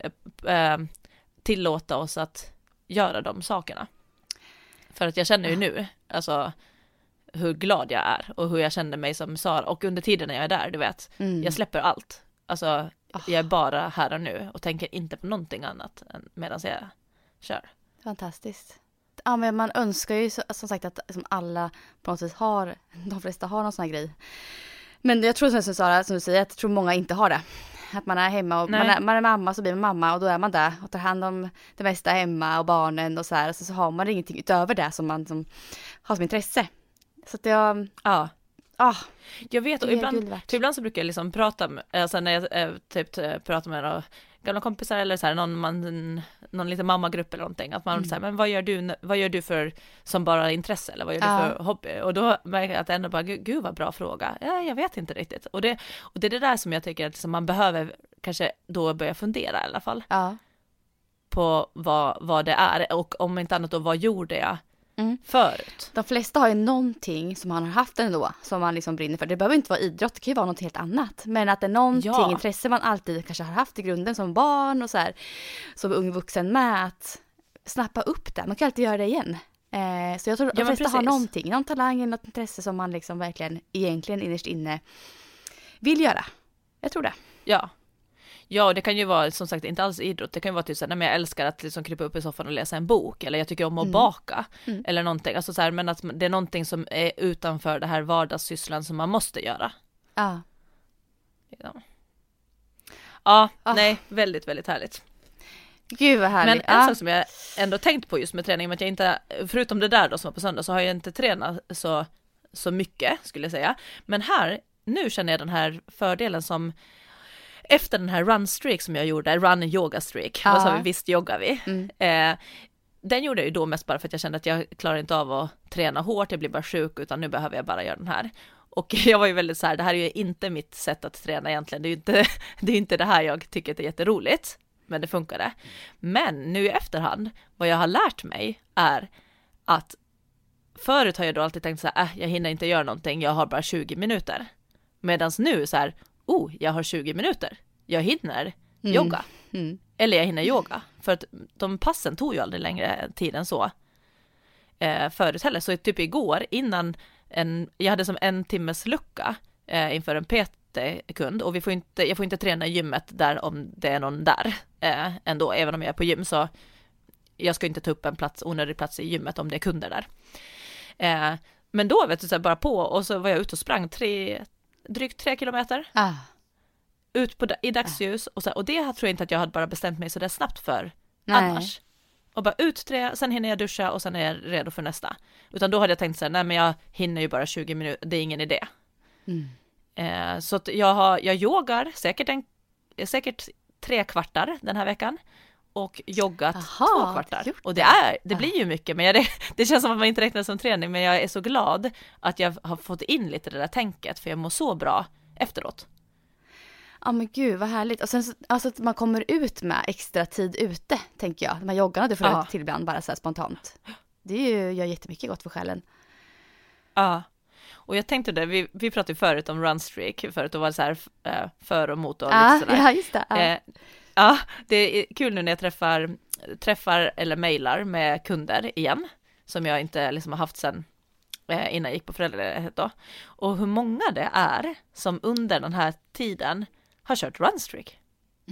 tillåta oss att göra de sakerna. För att jag känner ju nu alltså hur glad jag är och hur jag känner mig som Sara, och under tiden när jag är där, du vet, jag släpper allt. Alltså jag är bara här och nu och tänker inte på någonting annat än medan jag kör. Fantastiskt. Ja, men man önskar ju som sagt att som alla på något sätt har, de flesta har någon sån här grej. Men jag tror som Sara, som du säger, jag tror många inte har det. Att man är hemma och man är mamma, så blir man mamma och då är man där och tar hand om det mesta hemma och barnen och så här. Så har man ingenting utöver det som man har som intresse. Så att Jag vet, och det är ibland, guld värt. för ibland så brukar jag liksom prata med, alltså när jag pratar med några gamla kompisar eller så här, någon liten mammagrupp eller någonting, att man säger, men vad gör du för som bara intresse, eller vad gör du för hobby? Och då märker jag att ändå bara, gud vad bra fråga. Ja, jag vet inte riktigt. Och det är det där som jag tycker att liksom man behöver kanske då börja fundera i alla fall. Ja. På vad det är, och om inte annat då, vad gjorde jag förut? De flesta har ju någonting som man har haft ändå, som man liksom brinner för. Det behöver inte vara idrott, det kan ju vara något helt annat. Men att det är någonting, intresse man alltid kanske har haft i grunden som barn och så här, som ung vuxen med, att snappa upp det. Man kan alltid göra det igen. Så jag tror att de flesta har någonting, någon talang eller något intresse som man liksom verkligen egentligen innerst inne vill göra. Jag tror det. Ja, och det kan ju vara som sagt inte alls idrott. Det kan ju vara typ så här, jag älskar att liksom krypa upp i soffan och läsa en bok, eller jag tycker om att baka eller någonting. Alltså så här, men att det är någonting som är utanför det här vardagssysslan som man måste göra. Nej, väldigt, väldigt härligt. Gud vad härligt. Men en sak som jag ändå tänkt på just med träning, att jag inte, förutom det där då som var på söndag, så har jag inte tränat så mycket skulle jag säga. Men nu känner jag den här fördelen som efter den här run streak som jag gjorde, run yoga streak, vad sa vi, visst joggar vi. Den gjorde jag ju då mest bara för att jag kände att jag klarar inte av att träna hårt, jag blir bara sjuk, utan nu behöver jag bara göra den här. Och jag var ju väldigt så här, det här är ju inte mitt sätt att träna egentligen, det är inte det här jag tycker är jätteroligt, men det funkade. Men nu i efterhand, vad jag har lärt mig är att förut har jag då alltid tänkt så här, jag hinner inte göra någonting, jag har bara 20 minuter. Medans nu så här, jag har 20 minuter. Jag hinner jogga. Eller jag hinner yoga. För att de passen tog ju aldrig längre tid än så. Förut heller. Så typ igår, innan jag hade som 1 timmes lucka inför en PT-kund. Och jag får inte träna i gymmet där om det är någon där. Ändå, även om jag är på gym. Så jag ska inte ta upp en onödig plats i gymmet om det är kunder där. Men då vet du, så här, bara på. Och så var jag ute och sprang drygt 3 kilometer. Ut i dagsljus. Och det tror jag inte att jag hade bara bestämt mig så där snabbt för annars. Och bara ut 3, sen hinner jag duscha och sen är jag redo för nästa. Utan då hade jag tänkt så här, nej men jag hinner ju bara 20 minuter, det är ingen idé. Så att jag yogar säkert 3 kvartar den här veckan. Och joggat 2 kvartar. Och det blir ju mycket, men det känns som att man inte räknar som träning, men jag är så glad att jag har fått in lite det där tänket, för jag mår så bra efteråt. Ja men gud vad härligt. Och sen alltså att man kommer ut med extra tid ute, tänker jag. De här joggarna du får ut till ibland bara så här spontant. Det gör jättemycket gott för själen. Ja. Och jag tänkte det, vi pratade förut om runstreak förut och var så här för och mot och lite sådär. Ja, just det. Det är kul nu när jag träffar eller mejlar med kunder igen, som jag inte liksom har haft sedan innan jag gick på föräldraledighet då. Och hur många det är som under den här tiden har kört runstreak.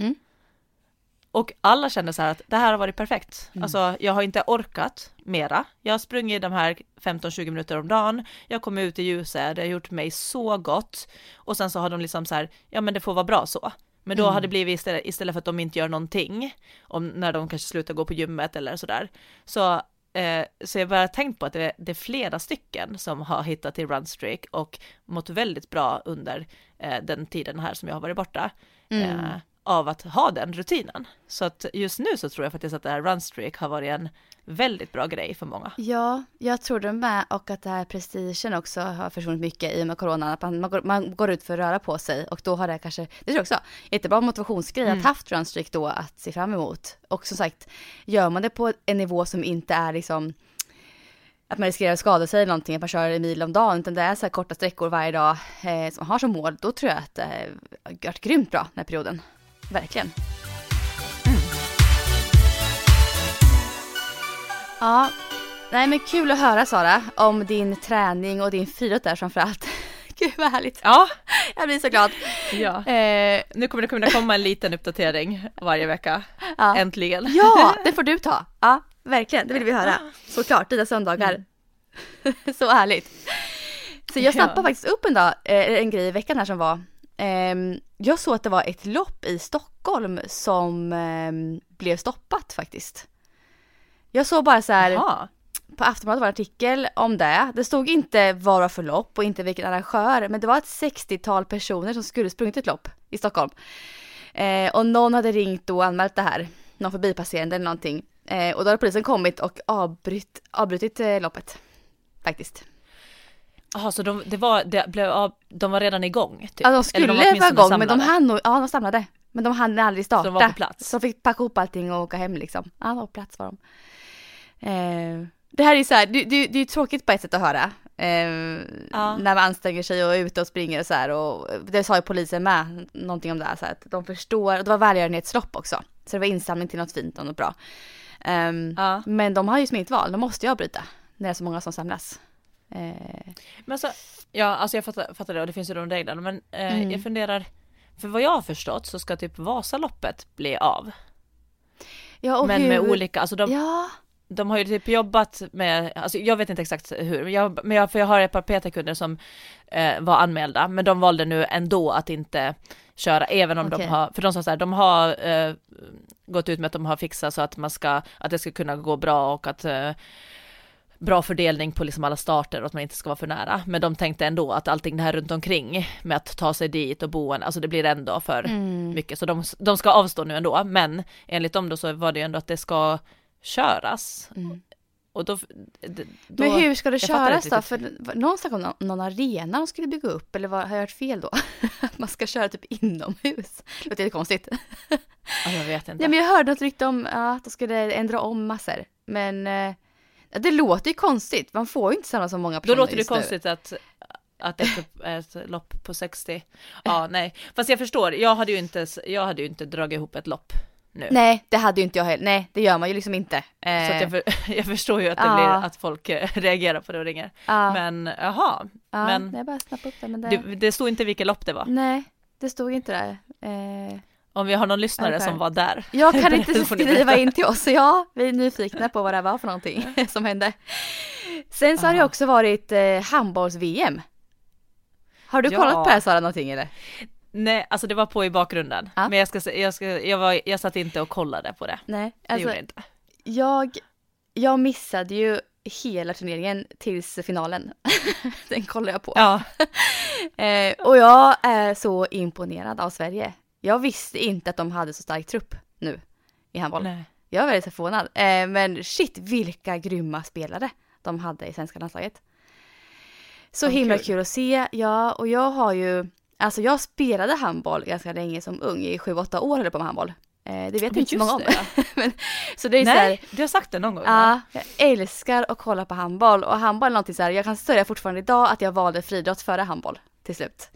Och alla känner så här att det här har varit perfekt. Alltså jag har inte orkat mera. Jag har sprungit de här 15-20 minuter om dagen. Jag kommer ut i ljuset, det har gjort mig så gott. Och sen så har de liksom så här, ja men det får vara bra så. Men då har det blivit istället för att de inte gör någonting, när de kanske slutar gå på gymmet eller sådär. Så jag bara tänkt på att det är flera stycken som har hittat till runstreak och mått väldigt bra under den tiden här som jag har varit borta. Av att ha den rutinen. Så att just nu så tror jag faktiskt att det här runstreak har varit en väldigt bra grej för många. Ja, jag tror det med, och att det här prestigen också har försvunnit mycket i och med corona. Att man går ut för att röra på sig, och då har det kanske, det tror jag också, jättebra motivationsgrej att haft runstreak då att se fram emot. Och som sagt, gör man det på en nivå som inte är liksom att man riskerar att skada sig eller någonting, att man kör en mil om dagen, utan det är så här korta sträckor varje dag som man har som mål, då tror jag att det har varit grymt bra den här perioden. Verkligen. Ja, nej men kul att höra Sara om din träning och din friidrott där framförallt. Gud vad härligt. Ja, jag blir så glad. Ja. Nu kommer det kunna komma en liten uppdatering varje vecka. Äntligen. Ja, det får du ta. Ja, verkligen. Det vill vi höra. Såklart, dina söndagar. Så härligt. Så jag snappade faktiskt upp en grej i veckan här som var. Jag såg att det var ett lopp i Stockholm som blev stoppat faktiskt. Jag såg bara så här. på Aftonbladet var en artikel om det. Det stod inte vad det var för lopp och inte vilken arrangör. Men det var ett 60-tal personer som skulle sprungit ett lopp i Stockholm. Och någon hade ringt och anmält det här. Någon förbipasserande eller någonting. Och då hade polisen kommit och avbrutit loppet. Faktiskt. Jaha, så de var redan igång? Typ. Ja, de skulle vara igång, men de samlade. Men de hann aldrig starta. Så de var på plats? Så de fick packa ihop allting och åka hem liksom. Ja, de var på plats var de. Det här är så här, det är tråkigt på ett sätt att höra. När man anstränger sig och är ute och springer och så här. Och det sa ju polisen med någonting om det här. Så att de förstår, och det var välgörenhetslopp också. Så det var insamling till något fint och något bra. Men de har ju smittval, de måste ju avbryta när det är så många som samlas. Men så, alltså jag fattar det, och det finns ju de reglerna. Men jag funderar, för vad jag har förstått så ska typ Vasaloppet bli av. Ja, och men med olika, alltså de har ju typ jobbat med, alltså jag vet inte exakt hur, för jag har ett par PT-kunder som var anmälda, men de valde nu ändå att inte köra, även om de har, för de sa så här, de har gått ut med att de har fixat så att att det ska kunna gå bra och att bra fördelning på liksom alla starter och att man inte ska vara för nära. Men de tänkte ändå att allting det här runt omkring med att ta sig dit och bo, alltså det blir ändå för mycket. Så de ska avstå nu ändå. Men enligt dem då så var det ju ändå att det ska köras. Och då men hur ska det köras då? För någon snackade om någon arena de skulle bygga upp. Eller har jag hört fel då? Man ska köra typ inomhus. Det låter konstigt. Ja, jag vet inte. Ja, men jag hörde något rykte om att de skulle ändra om massor. Men det låter ju konstigt. Man får ju inte samla så många personer. Då låter det konstigt att ett lopp på 60. Ja, nej. Fast jag förstår, jag hade ju inte dragit ihop ett lopp nu. Nej, det hade ju inte jag heller. Nej, det gör man ju liksom inte. Så att jag förstår ju att det blir att folk reagerar på det och ringer. Men jaha. Men jag bara snappa upp det. Men det stod inte vilket lopp det var. Nej, det stod inte där. Om vi har någon lyssnare som var där. Jag kan inte skriva in till oss. Så ja, vi är nyfikna på vad det var för någonting som hände. Sen så har det också varit handbolls-VM. Har du kollat på det här, Sara, någonting eller? Nej, alltså det var på i bakgrunden. Men jag satt inte och kollade på det. Nej, alltså, det gjorde jag inte. Jag missade ju hela turneringen tills finalen. Den kollade jag på. Ja. Och jag är så imponerad av Sverige. Jag visste inte att de hade så stark trupp nu i handboll. Nej. Jag är väldigt förvånad. Men shit, vilka grymma spelare de hade i svenska landslaget. Så himla kul att se. Ja, och jag har ju, alltså jag spelade handboll ganska länge som ung. I 7-8 år höll jag på med handboll. Det vet inte så många om. Men, så det är nej, så här, du har sagt det någon gång. Ja, jag älskar att kolla på handboll. Och handboll är någonting så här, jag kan säga fortfarande idag att jag valde friidrott före handboll till slut.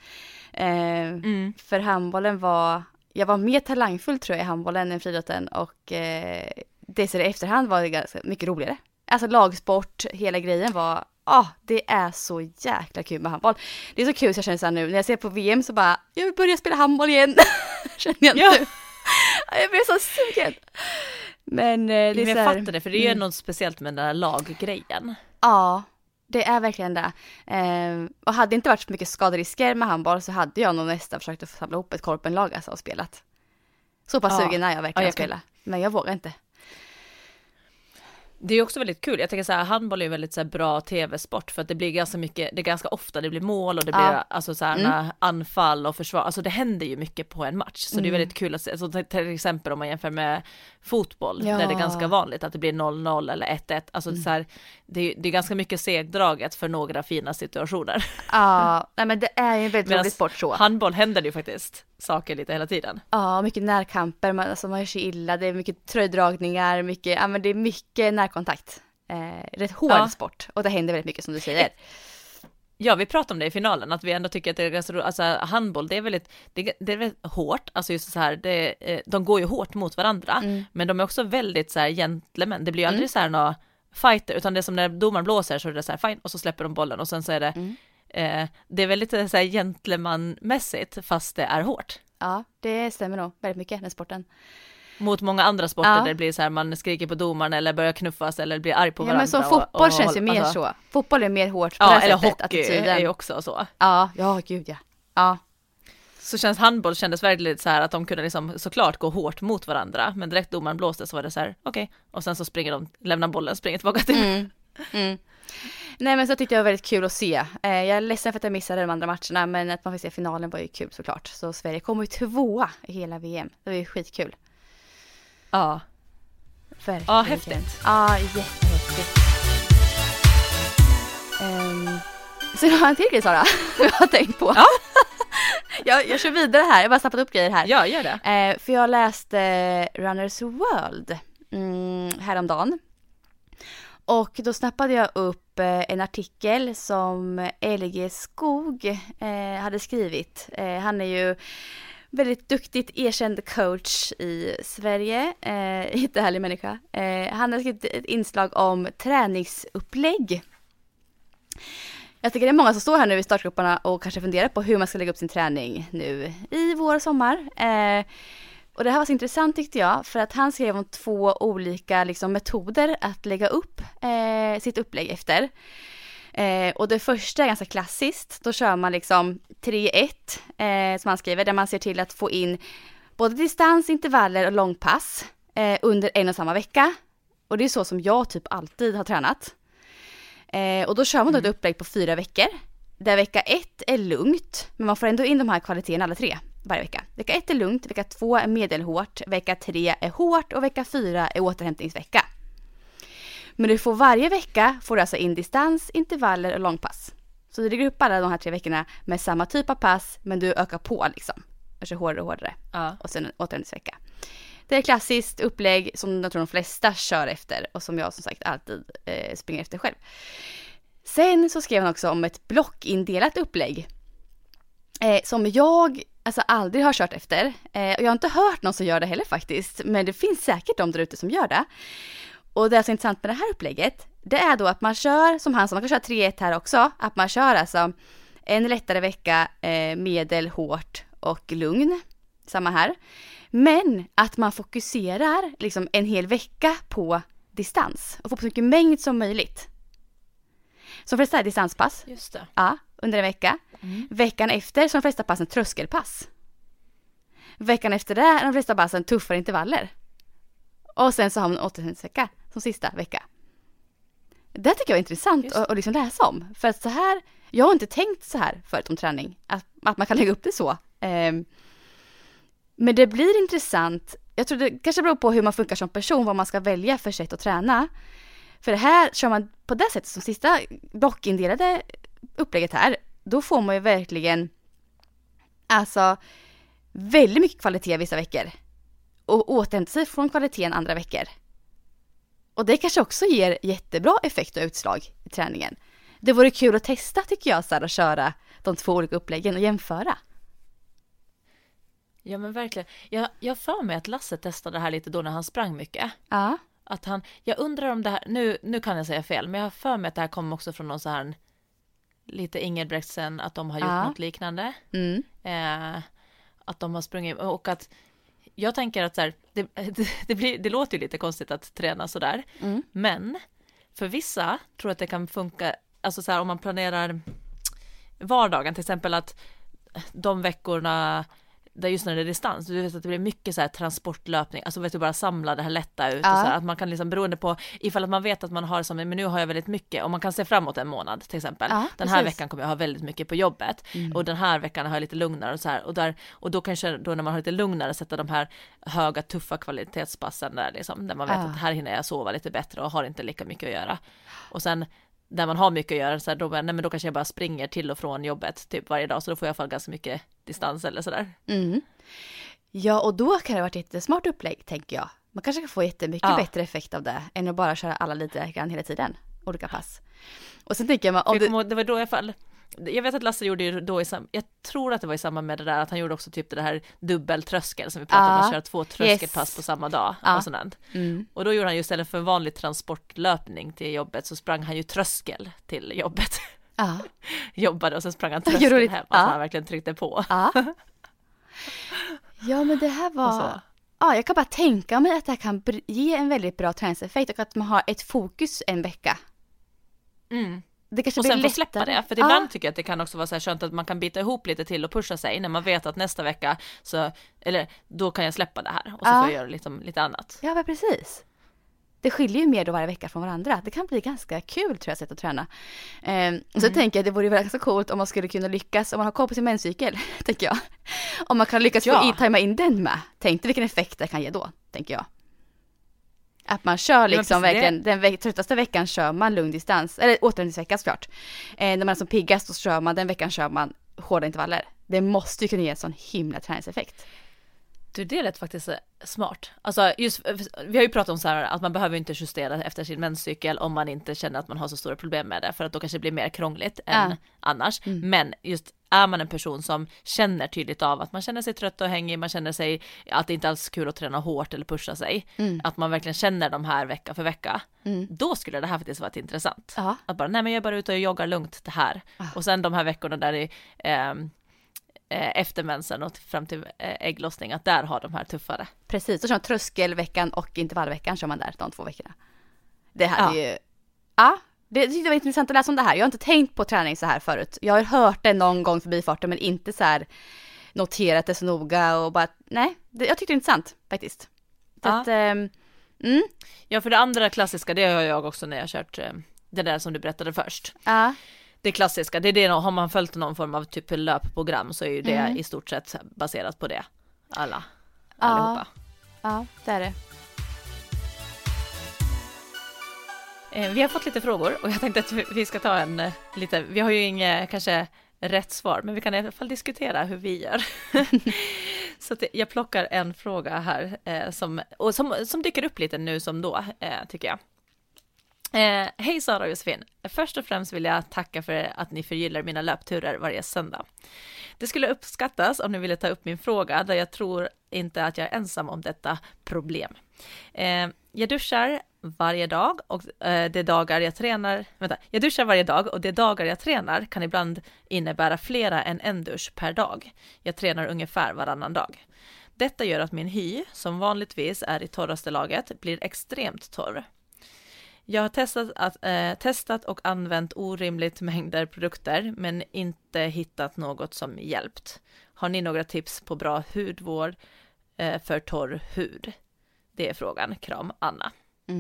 För handbollen jag var mer talangfull tror jag i handbollen än friidrotten, och det så i efterhand var det ganska mycket roligare. Alltså lagsport, hela grejen var, det är så jäkla kul med handboll. Det är så kul så jag känner så här nu, när jag ser på VM så bara, jag vill börja spela handboll igen. Känner jag nu. Jag blir så sugen. Men det är men så jag här, fattar det, för det är ju något speciellt med den här laggrejen. Ja. Det är verkligen det. Och hade det inte varit så mycket skaderisker med handboll så hade jag nog nästan försökt att samla ihop ett korpenlag och spelat. Så pass sugen är jag verkligen spela. Men jag vågar inte. Det är också väldigt kul. Jag tänker så här, handboll är väldigt så här bra tv-sport för att det blir ganska mycket, det är ganska ofta det blir mål och det blir alltså så här anfall och försvar. Alltså det händer ju mycket på en match. Så det är väldigt kul att se. Så till exempel om man jämför med fotboll där det är ganska vanligt att det blir 0-0 eller 1-1. Alltså så här, det är ganska mycket segdraget för några fina situationer. Ja, nej men det är ju en väldigt rolig sport så. Handboll händer det ju faktiskt saker lite hela tiden. Ja, mycket närkamper, man gör sig illa, det är mycket tröjdragningar, men det är mycket närkontakt. Rätt hård sport, och det händer väldigt mycket som du säger. Ja, vi pratade om det i finalen, att vi ändå tycker att det är ganska roligt. Alltså handboll, det är väldigt hårt, alltså just så här, de går ju hårt mot varandra, men de är också väldigt så här gentlemen. Det blir ju aldrig så här några fighter, utan det är som när domaren blåser så är det så här fine, och så släpper de bollen och sen så är det det är väldigt så här gentlemanmässigt fast det är hårt. Ja, det stämmer nog väldigt mycket, den sporten. Mot många andra sporter där det blir så här, man skriker på domaren eller börjar knuffas eller blir arg på varandra. Men så fotboll känns ju mer så. Fotboll är mer hårt på det sättet. Eller hockey attityden. är ju också så. Ja, gud ja. Ja. Så handboll kändes verkligen så här att de kunde liksom såklart gå hårt mot varandra, men direkt domaren blåste så var det så här, okej. Och sen så springer de, lämnar bollen, springer tillbaka till. Nej, men så tyckte jag var väldigt kul att se. Jag är ledsen för att jag missade de andra matcherna, men att man fick se finalen var ju kul såklart. Så Sverige kom ju 2 i hela VM. Det var ju skitkul. Ja. Verkligen. Ja, häftigt. Ja, jättehäftigt. Så jag har en till grej, Sara, jag har tänkt på. Ja. jag kör vidare här, jag har bara snappat upp grejer här. Ja, gör det. För jag läste Runners World häromdagen. Och då snappade jag upp en artikel som LG Skog hade skrivit. Han är ju väldigt duktigt erkänd coach i Sverige. Jättehärlig människa. Han har skrivit ett inslag om träningsupplägg. Jag tycker det är många som står här nu i startgrupperna och kanske funderar på hur man ska lägga upp sin träning nu i vår och sommar. Och det här var så intressant tyckte jag, för att han skrev om 2 olika liksom, metoder att lägga upp sitt upplägg efter. Och det första är ganska klassiskt. Då kör man liksom 3-1 som han skriver, där man ser till att få in både distans, intervaller och långpass under en och samma vecka. Och det är så som jag typ alltid har tränat. Och då kör man då ett upplägg på 4 veckor. Där vecka 1 är lugnt, men man får ändå in de här kvaliteterna alla 3 varje vecka. Vecka 1 är lugnt, vecka 2 är medelhårt, vecka 3 är hårt och vecka 4 är återhämtningsvecka. Men du får varje vecka får du alltså in distans, intervaller och långpass. Så du lägger upp alla de här 3 veckorna med samma typ av pass, men du ökar på liksom. Och så hårdare och hårdare. Ja. Och sen en återhämtningsvecka. Det är ett klassiskt upplägg som jag tror de flesta kör efter och som jag som sagt alltid springer efter själv. Sen så skrev han också om ett blockindelat upplägg som jag alltså aldrig har kört efter. Och jag har inte hört någon som gör det heller faktiskt, men det finns säkert de där ute som gör det. Och det är så intressant med det här upplägget, det är då att man kör som han, som man kan köra 3-1 här också, att man kör alltså en lättare vecka, medel, hårt och lugn, samma här. Men att man fokuserar liksom en hel vecka på distans och får så mycket mängd som möjligt. Som flesta är distanspass. Just det. Ja, under en vecka. Veckan efter som flesta passen tröskelpass. Veckan efter det är de flesta passen tuffare intervaller. Och sen så har man en återhämtningsvecka som sista vecka. Det tycker jag är intressant att liksom läsa om. För att så här, jag har inte tänkt så här förut om träning. Att man kan lägga upp det så. Men det blir intressant. Jag tror det kanske beror på hur man funkar som person. Vad man ska välja för sätt att träna. För det här kör man på det sättet som sista blockindelade upplägget här. Då får man ju verkligen alltså väldigt mycket kvalitet vissa veckor. Och återhämta sig från kvaliteten andra veckor. Och det kanske också ger jättebra effekt och utslag i träningen. Det vore kul att testa tycker jag så här, att köra de 2 olika uppläggen och jämföra. Ja men verkligen. Jag för mig att Lasse testade det här lite då när han sprang mycket. Ja. Att jag undrar om det här, nu kan jag säga fel, men jag har för mig att det här kommer också från någon så här lite Ingebrigtsen, att de har gjort något liknande. Att de har sprungit, och att jag tänker att så här, det låter ju lite konstigt att träna sådär. Men för vissa tror jag att det kan funka, alltså så här, om man planerar vardagen, till exempel att de veckorna där just när det är distans, du vet att det blir mycket så här transportlöpning, alltså vet du, bara samla det här lätta ut och så här, att man kan liksom, beroende på ifall att man vet att man har som, men nu har jag väldigt mycket, och man kan se framåt en månad till exempel, den här veckan kommer jag ha väldigt mycket på jobbet och den här veckan har jag lite lugnare och så här, och då kanske då när man har lite lugnare sätta de här höga tuffa kvalitetspassen där liksom, där man vet att här hinner jag sova lite bättre och har inte lika mycket att göra, och sen där man har mycket att göra så här, då kanske jag bara springer till och från jobbet typ varje dag, så då får jag i alla fall ganska mycket distans eller sådär. Ja, och då kan det vara ett jättesmart upplägg tänker jag. Man kanske kan få jättemycket bättre effekt av det än att bara köra alla lite grann hela tiden, olika pass. Och sen tänker jag, det var då i alla fall, jag vet att Lasse gjorde ju då jag tror att det var i samband med det där att han gjorde också typ det här dubbeltröskel som vi pratade om, att köra 2 tröskelpass på samma dag och sådant. Och då gjorde han ju istället för vanlig transportlöpning till jobbet, så sprang han ju tröskel till jobbet. Jobbade och sen sprang han tröskel hem, alltså han verkligen tryckte på. Ja, men det här var... jag kan bara tänka mig att det här kan ge en väldigt bra träningseffekt och att man har ett fokus en vecka. Det kanske och blir sen få lättare. släppa det, för ibland tycker jag att det kan också vara så här skönt att man kan bita ihop lite till och pusha sig när man vet att nästa vecka då kan jag släppa det här och så får jag göra liksom lite annat. Ja, men precis. Det skiljer ju mer då varje vecka från varandra. Det kan bli ganska kul tror jag, sätt att träna. Så tänker jag det vore ganska coolt om man skulle kunna lyckas, om man har koll på sin menscykel, tänker jag. Om man kan lyckas få tajma in den med. Tänk dig vilken effekt det kan ge då, tänker jag. Att man kör liksom verkligen, den tröttaste veckan kör man lungdistans, eller återhämtningsvecka såklart. När man är som piggast så kör man, den veckan kör man hårda intervaller. Det måste ju kunna ge en sån himla träningseffekt. Du, det är rätt faktiskt smart. Alltså just, vi har ju pratat om så här att man behöver inte justera efter sin menscykel om man inte känner att man har så stora problem med det, för att då kanske det blir mer krångligt än annars. Men just är man en person som känner tydligt av att man känner sig trött och hängig, man känner sig att det inte alls är kul att träna hårt eller pusha sig, att man verkligen känner de här vecka för vecka, då skulle det här faktiskt vara intressant. Att bara, nej men jag är bara ute och joggar lugnt det här. Och sen de här veckorna där det efter mensen och fram till ägglossning, att där har de här tuffare. Precis, så kör man tröskelveckan och intervallveckan kör man där de 2 veckorna. Det hade ju... Ja, det tyckte jag var intressant att läsa om det här. Jag har inte tänkt på träning så här förut. Jag har hört det någon gång förbi farten, men inte så här noterat det så noga och bara, nej, jag tyckte det är intressant faktiskt. Så att, Ja, för det andra klassiska, det har jag också när jag kört det där som du berättade först. Det klassiska, det är det, har man följt någon form av typ löpprogram så är ju det i stort sett baserat på det. Allihopa. Ja, det är det. Vi har fått lite frågor och jag tänkte att vi ska ta en lite, vi har ju inget kanske rätt svar, men vi kan i alla fall diskutera hur vi gör. Så att jag plockar en fråga här som dyker upp lite nu som då, tycker jag. Hej Sara och Josefin. Först och främst vill jag tacka för att ni förgyllar mina löpturer varje söndag. Det skulle uppskattas om ni ville ta upp min fråga, där jag tror inte att jag är ensam om detta problem. Jag duschar varje dag och de dagar jag tränar... jag duschar varje dag och de dagar jag tränar kan ibland innebära flera än en dusch per dag. Jag tränar ungefär varannan dag. Detta gör att min hy, som vanligtvis är i torraste laget, blir extremt torr. Jag har testat och använt orimligt mängder produkter men inte hittat något som hjälpt. Har ni några tips på bra hudvård för torr hud? Det är frågan. Kram, Anna.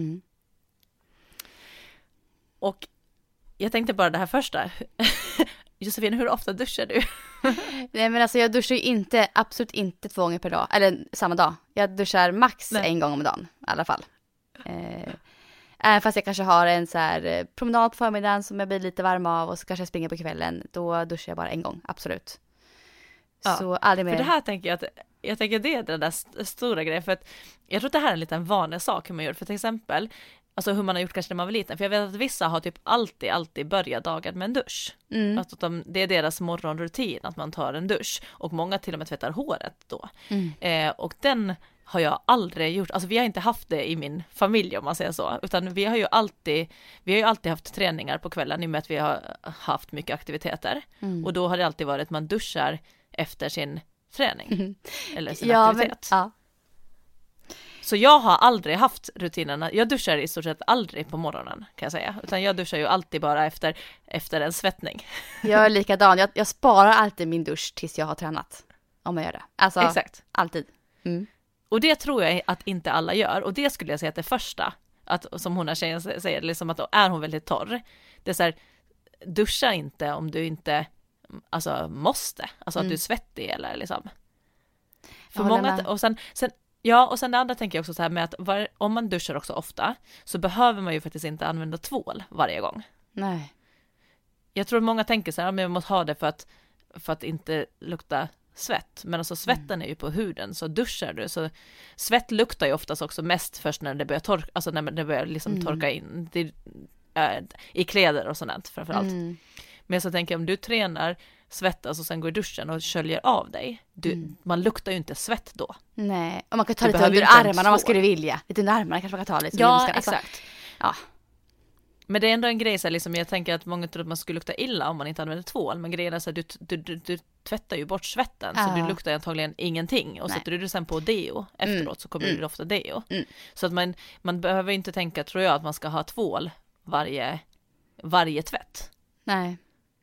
Och jag tänkte bara det här första. Josefin, hur ofta duschar du? Nej, men alltså jag duschar ju absolut inte 2 gånger per dag. Eller samma dag. Jag duschar max 1 gång om dagen i alla fall. Även fast jag kanske har en så här promenad på förmiddagen som jag blir lite varm av och så kanske jag springer på kvällen. Då duschar jag bara 1 gång, absolut. Ja, så aldrig mer. För det här tänker jag tänker det är den där stora grejen. För att jag tror att det här är en liten vanlig sak hur man gör. För till exempel, alltså hur man har gjort kanske när man var liten. För jag vet att vissa har typ alltid börjat dagen med en dusch. Alltså det är deras morgonrutin att man tar en dusch. Och många till och med tvättar håret då. Och den har jag aldrig gjort. Alltså vi har inte haft det i min familj om man säger så. Utan vi har ju alltid haft träningar på kvällen i och med att vi har haft mycket aktiviteter. Och då har det alltid varit att man duschar efter sin träning. Eller sin aktivitet. Så jag har aldrig haft rutinerna. Jag duschar i stort sett aldrig på morgonen kan jag säga. Utan jag duschar ju alltid bara efter en svettning. Jag är likadan. Jag sparar alltid min dusch tills jag har tränat. Om jag gör det. Alltså, exakt. Alltid. Och det tror jag att inte alla gör. Och det skulle jag säga att det första. Att, som hon här tjejen säger, liksom att då är hon väldigt torr. Det är så här, duscha inte om du inte måste. Alltså att du är svettig eller liksom. För många, och sen det andra tänker jag också så här med att om man duschar också ofta så behöver man ju faktiskt inte använda tvål varje gång. Nej. Jag tror att många tänker så här, men man måste ha det för att inte lukta svett. Men alltså svetten är ju på huden, så duschar du så svett luktar ju oftast också mest först när det börjar torka, alltså när det börjar liksom torka in i kläder och sånt framförallt. Men så tänker jag, om du tränar, svettas och sen går i duschen och sköljer av dig. Man luktar ju inte svett då. Nej, och man kan ta lite under armarna om man skulle vilja. Lite under armarna kanske man kan ta lite. Ja, exakt. Ja. Men det är ändå en grej så här, liksom, jag tänker att många tror att man skulle lukta illa om man inte använder tvål. Men grejen är så att du tvättar ju bort svetten. Så du luktar antagligen ingenting. Och sätter du sen på deo efteråt så kommer det ofta deo. Så att man behöver inte tänka, tror jag, att man ska ha tvål varje tvätt. Nej.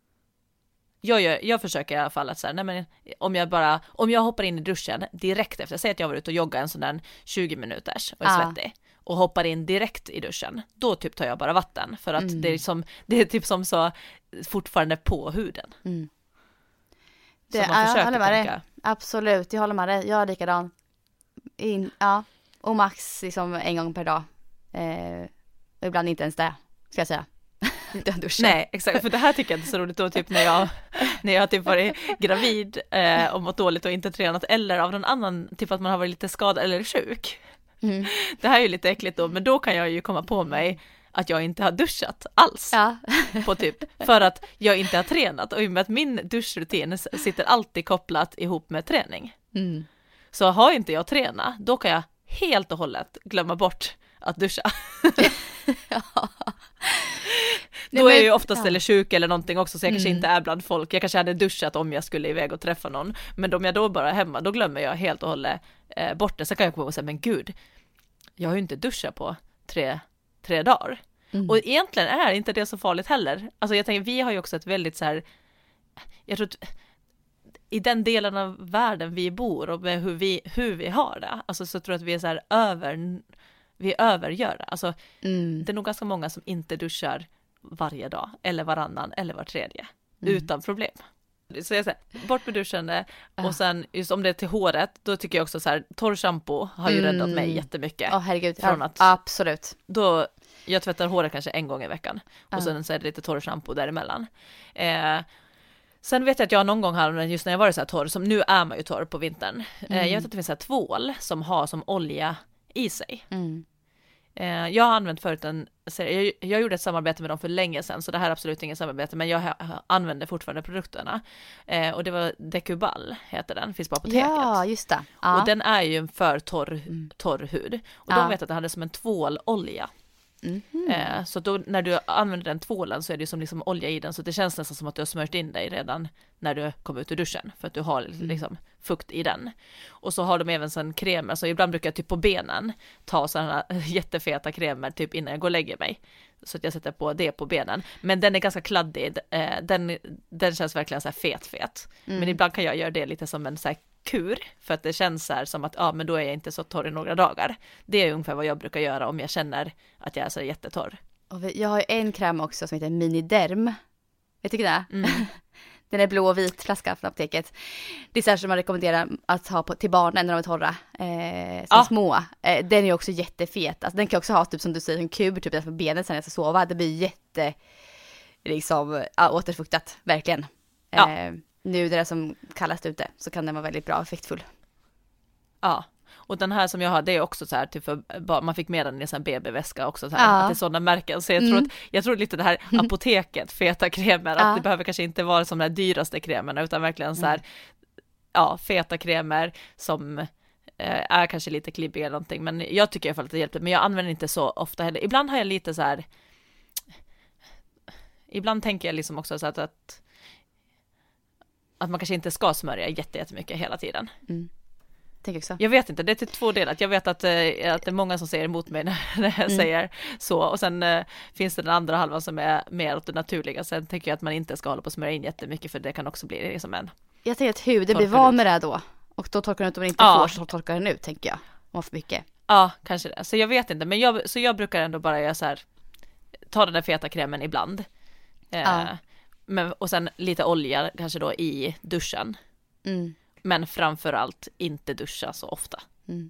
Jag försöker i alla fall att så här, nej men, om jag hoppar in i duschen direkt efter, säg att jag var ute och joggar en sån där 20 minuters och är svettig, och hoppar in direkt i duschen, då typ tar jag bara vatten. För att det är typ som så fortfarande på huden. Det, så man försöker jag håller med tänka. dig. Absolut, jag håller med dig. Jag är likadan. Och max liksom en gång per dag. Och ibland inte ens det, ska jag säga. Den duschen. Nej, exakt. För det här tycker jag inte är så roligt då, typ när jag typ varit gravid och mått dåligt och inte tränat, eller av någon annan, typ att man har varit lite skadad eller sjuk. Det här är ju lite äckligt då, men då kan jag ju komma på mig att jag inte har duschat alls. På typ, för att jag inte har tränat, och i och med att min duschrutin sitter alltid kopplat ihop med träning. Så har inte jag tränat, då kan jag helt och hållet glömma bort att duscha. Då är jag ju oftast eller sjuk eller någonting också, så jag kanske inte är bland folk. Jag kanske hade duschat om jag skulle iväg och träffa någon, men om jag då bara är hemma, då glömmer jag helt och hållet bort det. Så kan jag komma och säga, men gud, jag har ju inte duschat på tre dagar. Och egentligen är inte det så farligt heller. Alltså jag tänker, vi har ju också ett väldigt så här, jag tror att i den delen av världen vi bor och med hur vi har det, alltså så tror jag att vi är så här övergör det. Alltså det är nog ganska många som inte duschar varje dag eller varannan eller var tredje utan problem. Så jag säger, bort med duschen, och sen just om det är till håret, då tycker jag också så här, torr shampoo har ju räddat mig jättemycket. Herregud, från att, absolut. Då jag tvättar håret kanske en gång i veckan och sen så är det lite torr shampoo däremellan. Sen vet jag att jag någon gång här, just när jag var så här torr, som nu är man ju torr på vintern. Jag vet att det finns så här tvål som har som olja i sig. Jag har använt förut jag gjorde ett samarbete med dem för länge sedan, så det här är absolut inget samarbete, men jag använder fortfarande produkterna. Och det var Decubal heter den, finns på apoteket. Ja, just det. Och den är ju en för torr hud. Och de vet att det hade som en tvålolja. Så då när du använder den tvålen så är det som liksom olja i den, så det känns nästan som att du har smört in dig redan när du kommer ut ur duschen, för att du har liksom fukt i den. Och så har de även sen kremer, så ibland brukar jag typ på benen ta sådana jättefeta kremer typ innan jag går och lägger mig, så att jag sätter på det på benen, men den är ganska kladdig, den känns verkligen så här fet. Men ibland kan jag göra det lite som en så här kur, för att det känns så här som att men då är jag inte så torr i några dagar. Det är ungefär vad jag brukar göra om jag känner att jag är så jättetorr. Och jag har ju en kräm också som heter Miniderm. Jag tycker det. Den är blå och vit flaska från apoteket. Det är så här som man rekommenderar att ha till barnen när de är torra. Som små. Den är ju också jättefet. Alltså, den kan också ha typ som du säger en kur typ på benet sen jag ska sova. Det blir jätte liksom återfuktat, verkligen. Nu det som kallas ute, så kan den vara väldigt bra, effektfull. Ja, och den här som jag har, det är också så här, typ för, man fick med den i en sån här BB-väska också, så här, att det är sådana märken. Så jag tror lite det här apoteket, feta kremer, att det behöver kanske inte vara som de här dyraste kremerna, utan verkligen så här, feta kremer som är kanske lite klibbiga eller någonting. Men jag tycker i alla fall att det hjälper, men jag använder inte så ofta heller. Ibland har jag lite så här, ibland tänker jag liksom också så att man kanske inte ska smörja jättemycket hela tiden. Jag vet inte, det är till två delar. Jag vet att det är många som säger emot mig när jag säger så. Och sen finns det den andra halvan som är mer åt det naturliga. Sen tänker jag att man inte ska hålla på att smörja in jättemycket, för det kan också bli liksom en... Jag tänker att huden blir van med det här då. Och då torkar den ut, om man inte får, så torkar den ut, tänker jag. Om för mycket. Ja, kanske det. Så jag vet inte. Men jag brukar ändå bara göra så här, ta den där feta kremen ibland. Och sen lite olja kanske då i duschen. Men framförallt inte duscha så ofta.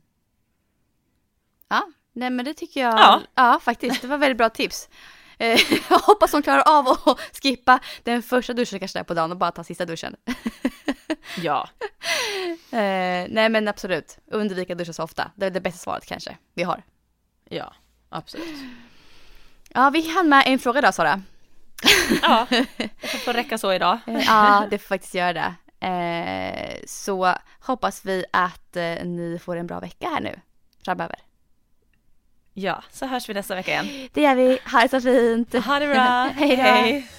Ja, nej men det tycker jag. Ja, faktiskt. Det var väldigt bra tips. Jag hoppas hon klarar av att skippa den första duschen kanske där på dagen och bara ta sista duschen. Ja. Nej men absolut. Undvika duscha så ofta. Det är det bästa svaret kanske vi har. Ja, absolut. Ja, vi hann med en fråga idag, Sara. Ja, det får räcka så idag. Ja, det får faktiskt göra det. Så hoppas vi att ni får en bra vecka här nu framöver. Ja, så hörs vi nästa vecka igen. Det gör vi. Ha det så fint. Ha det bra. Hej då. Hej.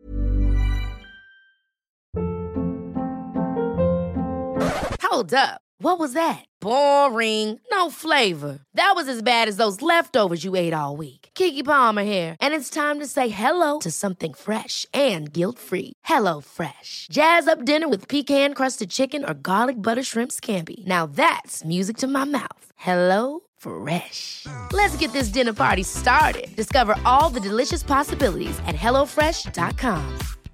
Hold up. What was that? Boring. No flavor. That was as bad as those leftovers you ate all week. Keke Palmer here, and it's time to say hello to something fresh and guilt-free. Hello Fresh. Jazz up dinner with pecan-crusted chicken or garlic butter shrimp scampi. Now that's music to my mouth. Hello Fresh. Let's get this dinner party started. Discover all the delicious possibilities at hellofresh.com.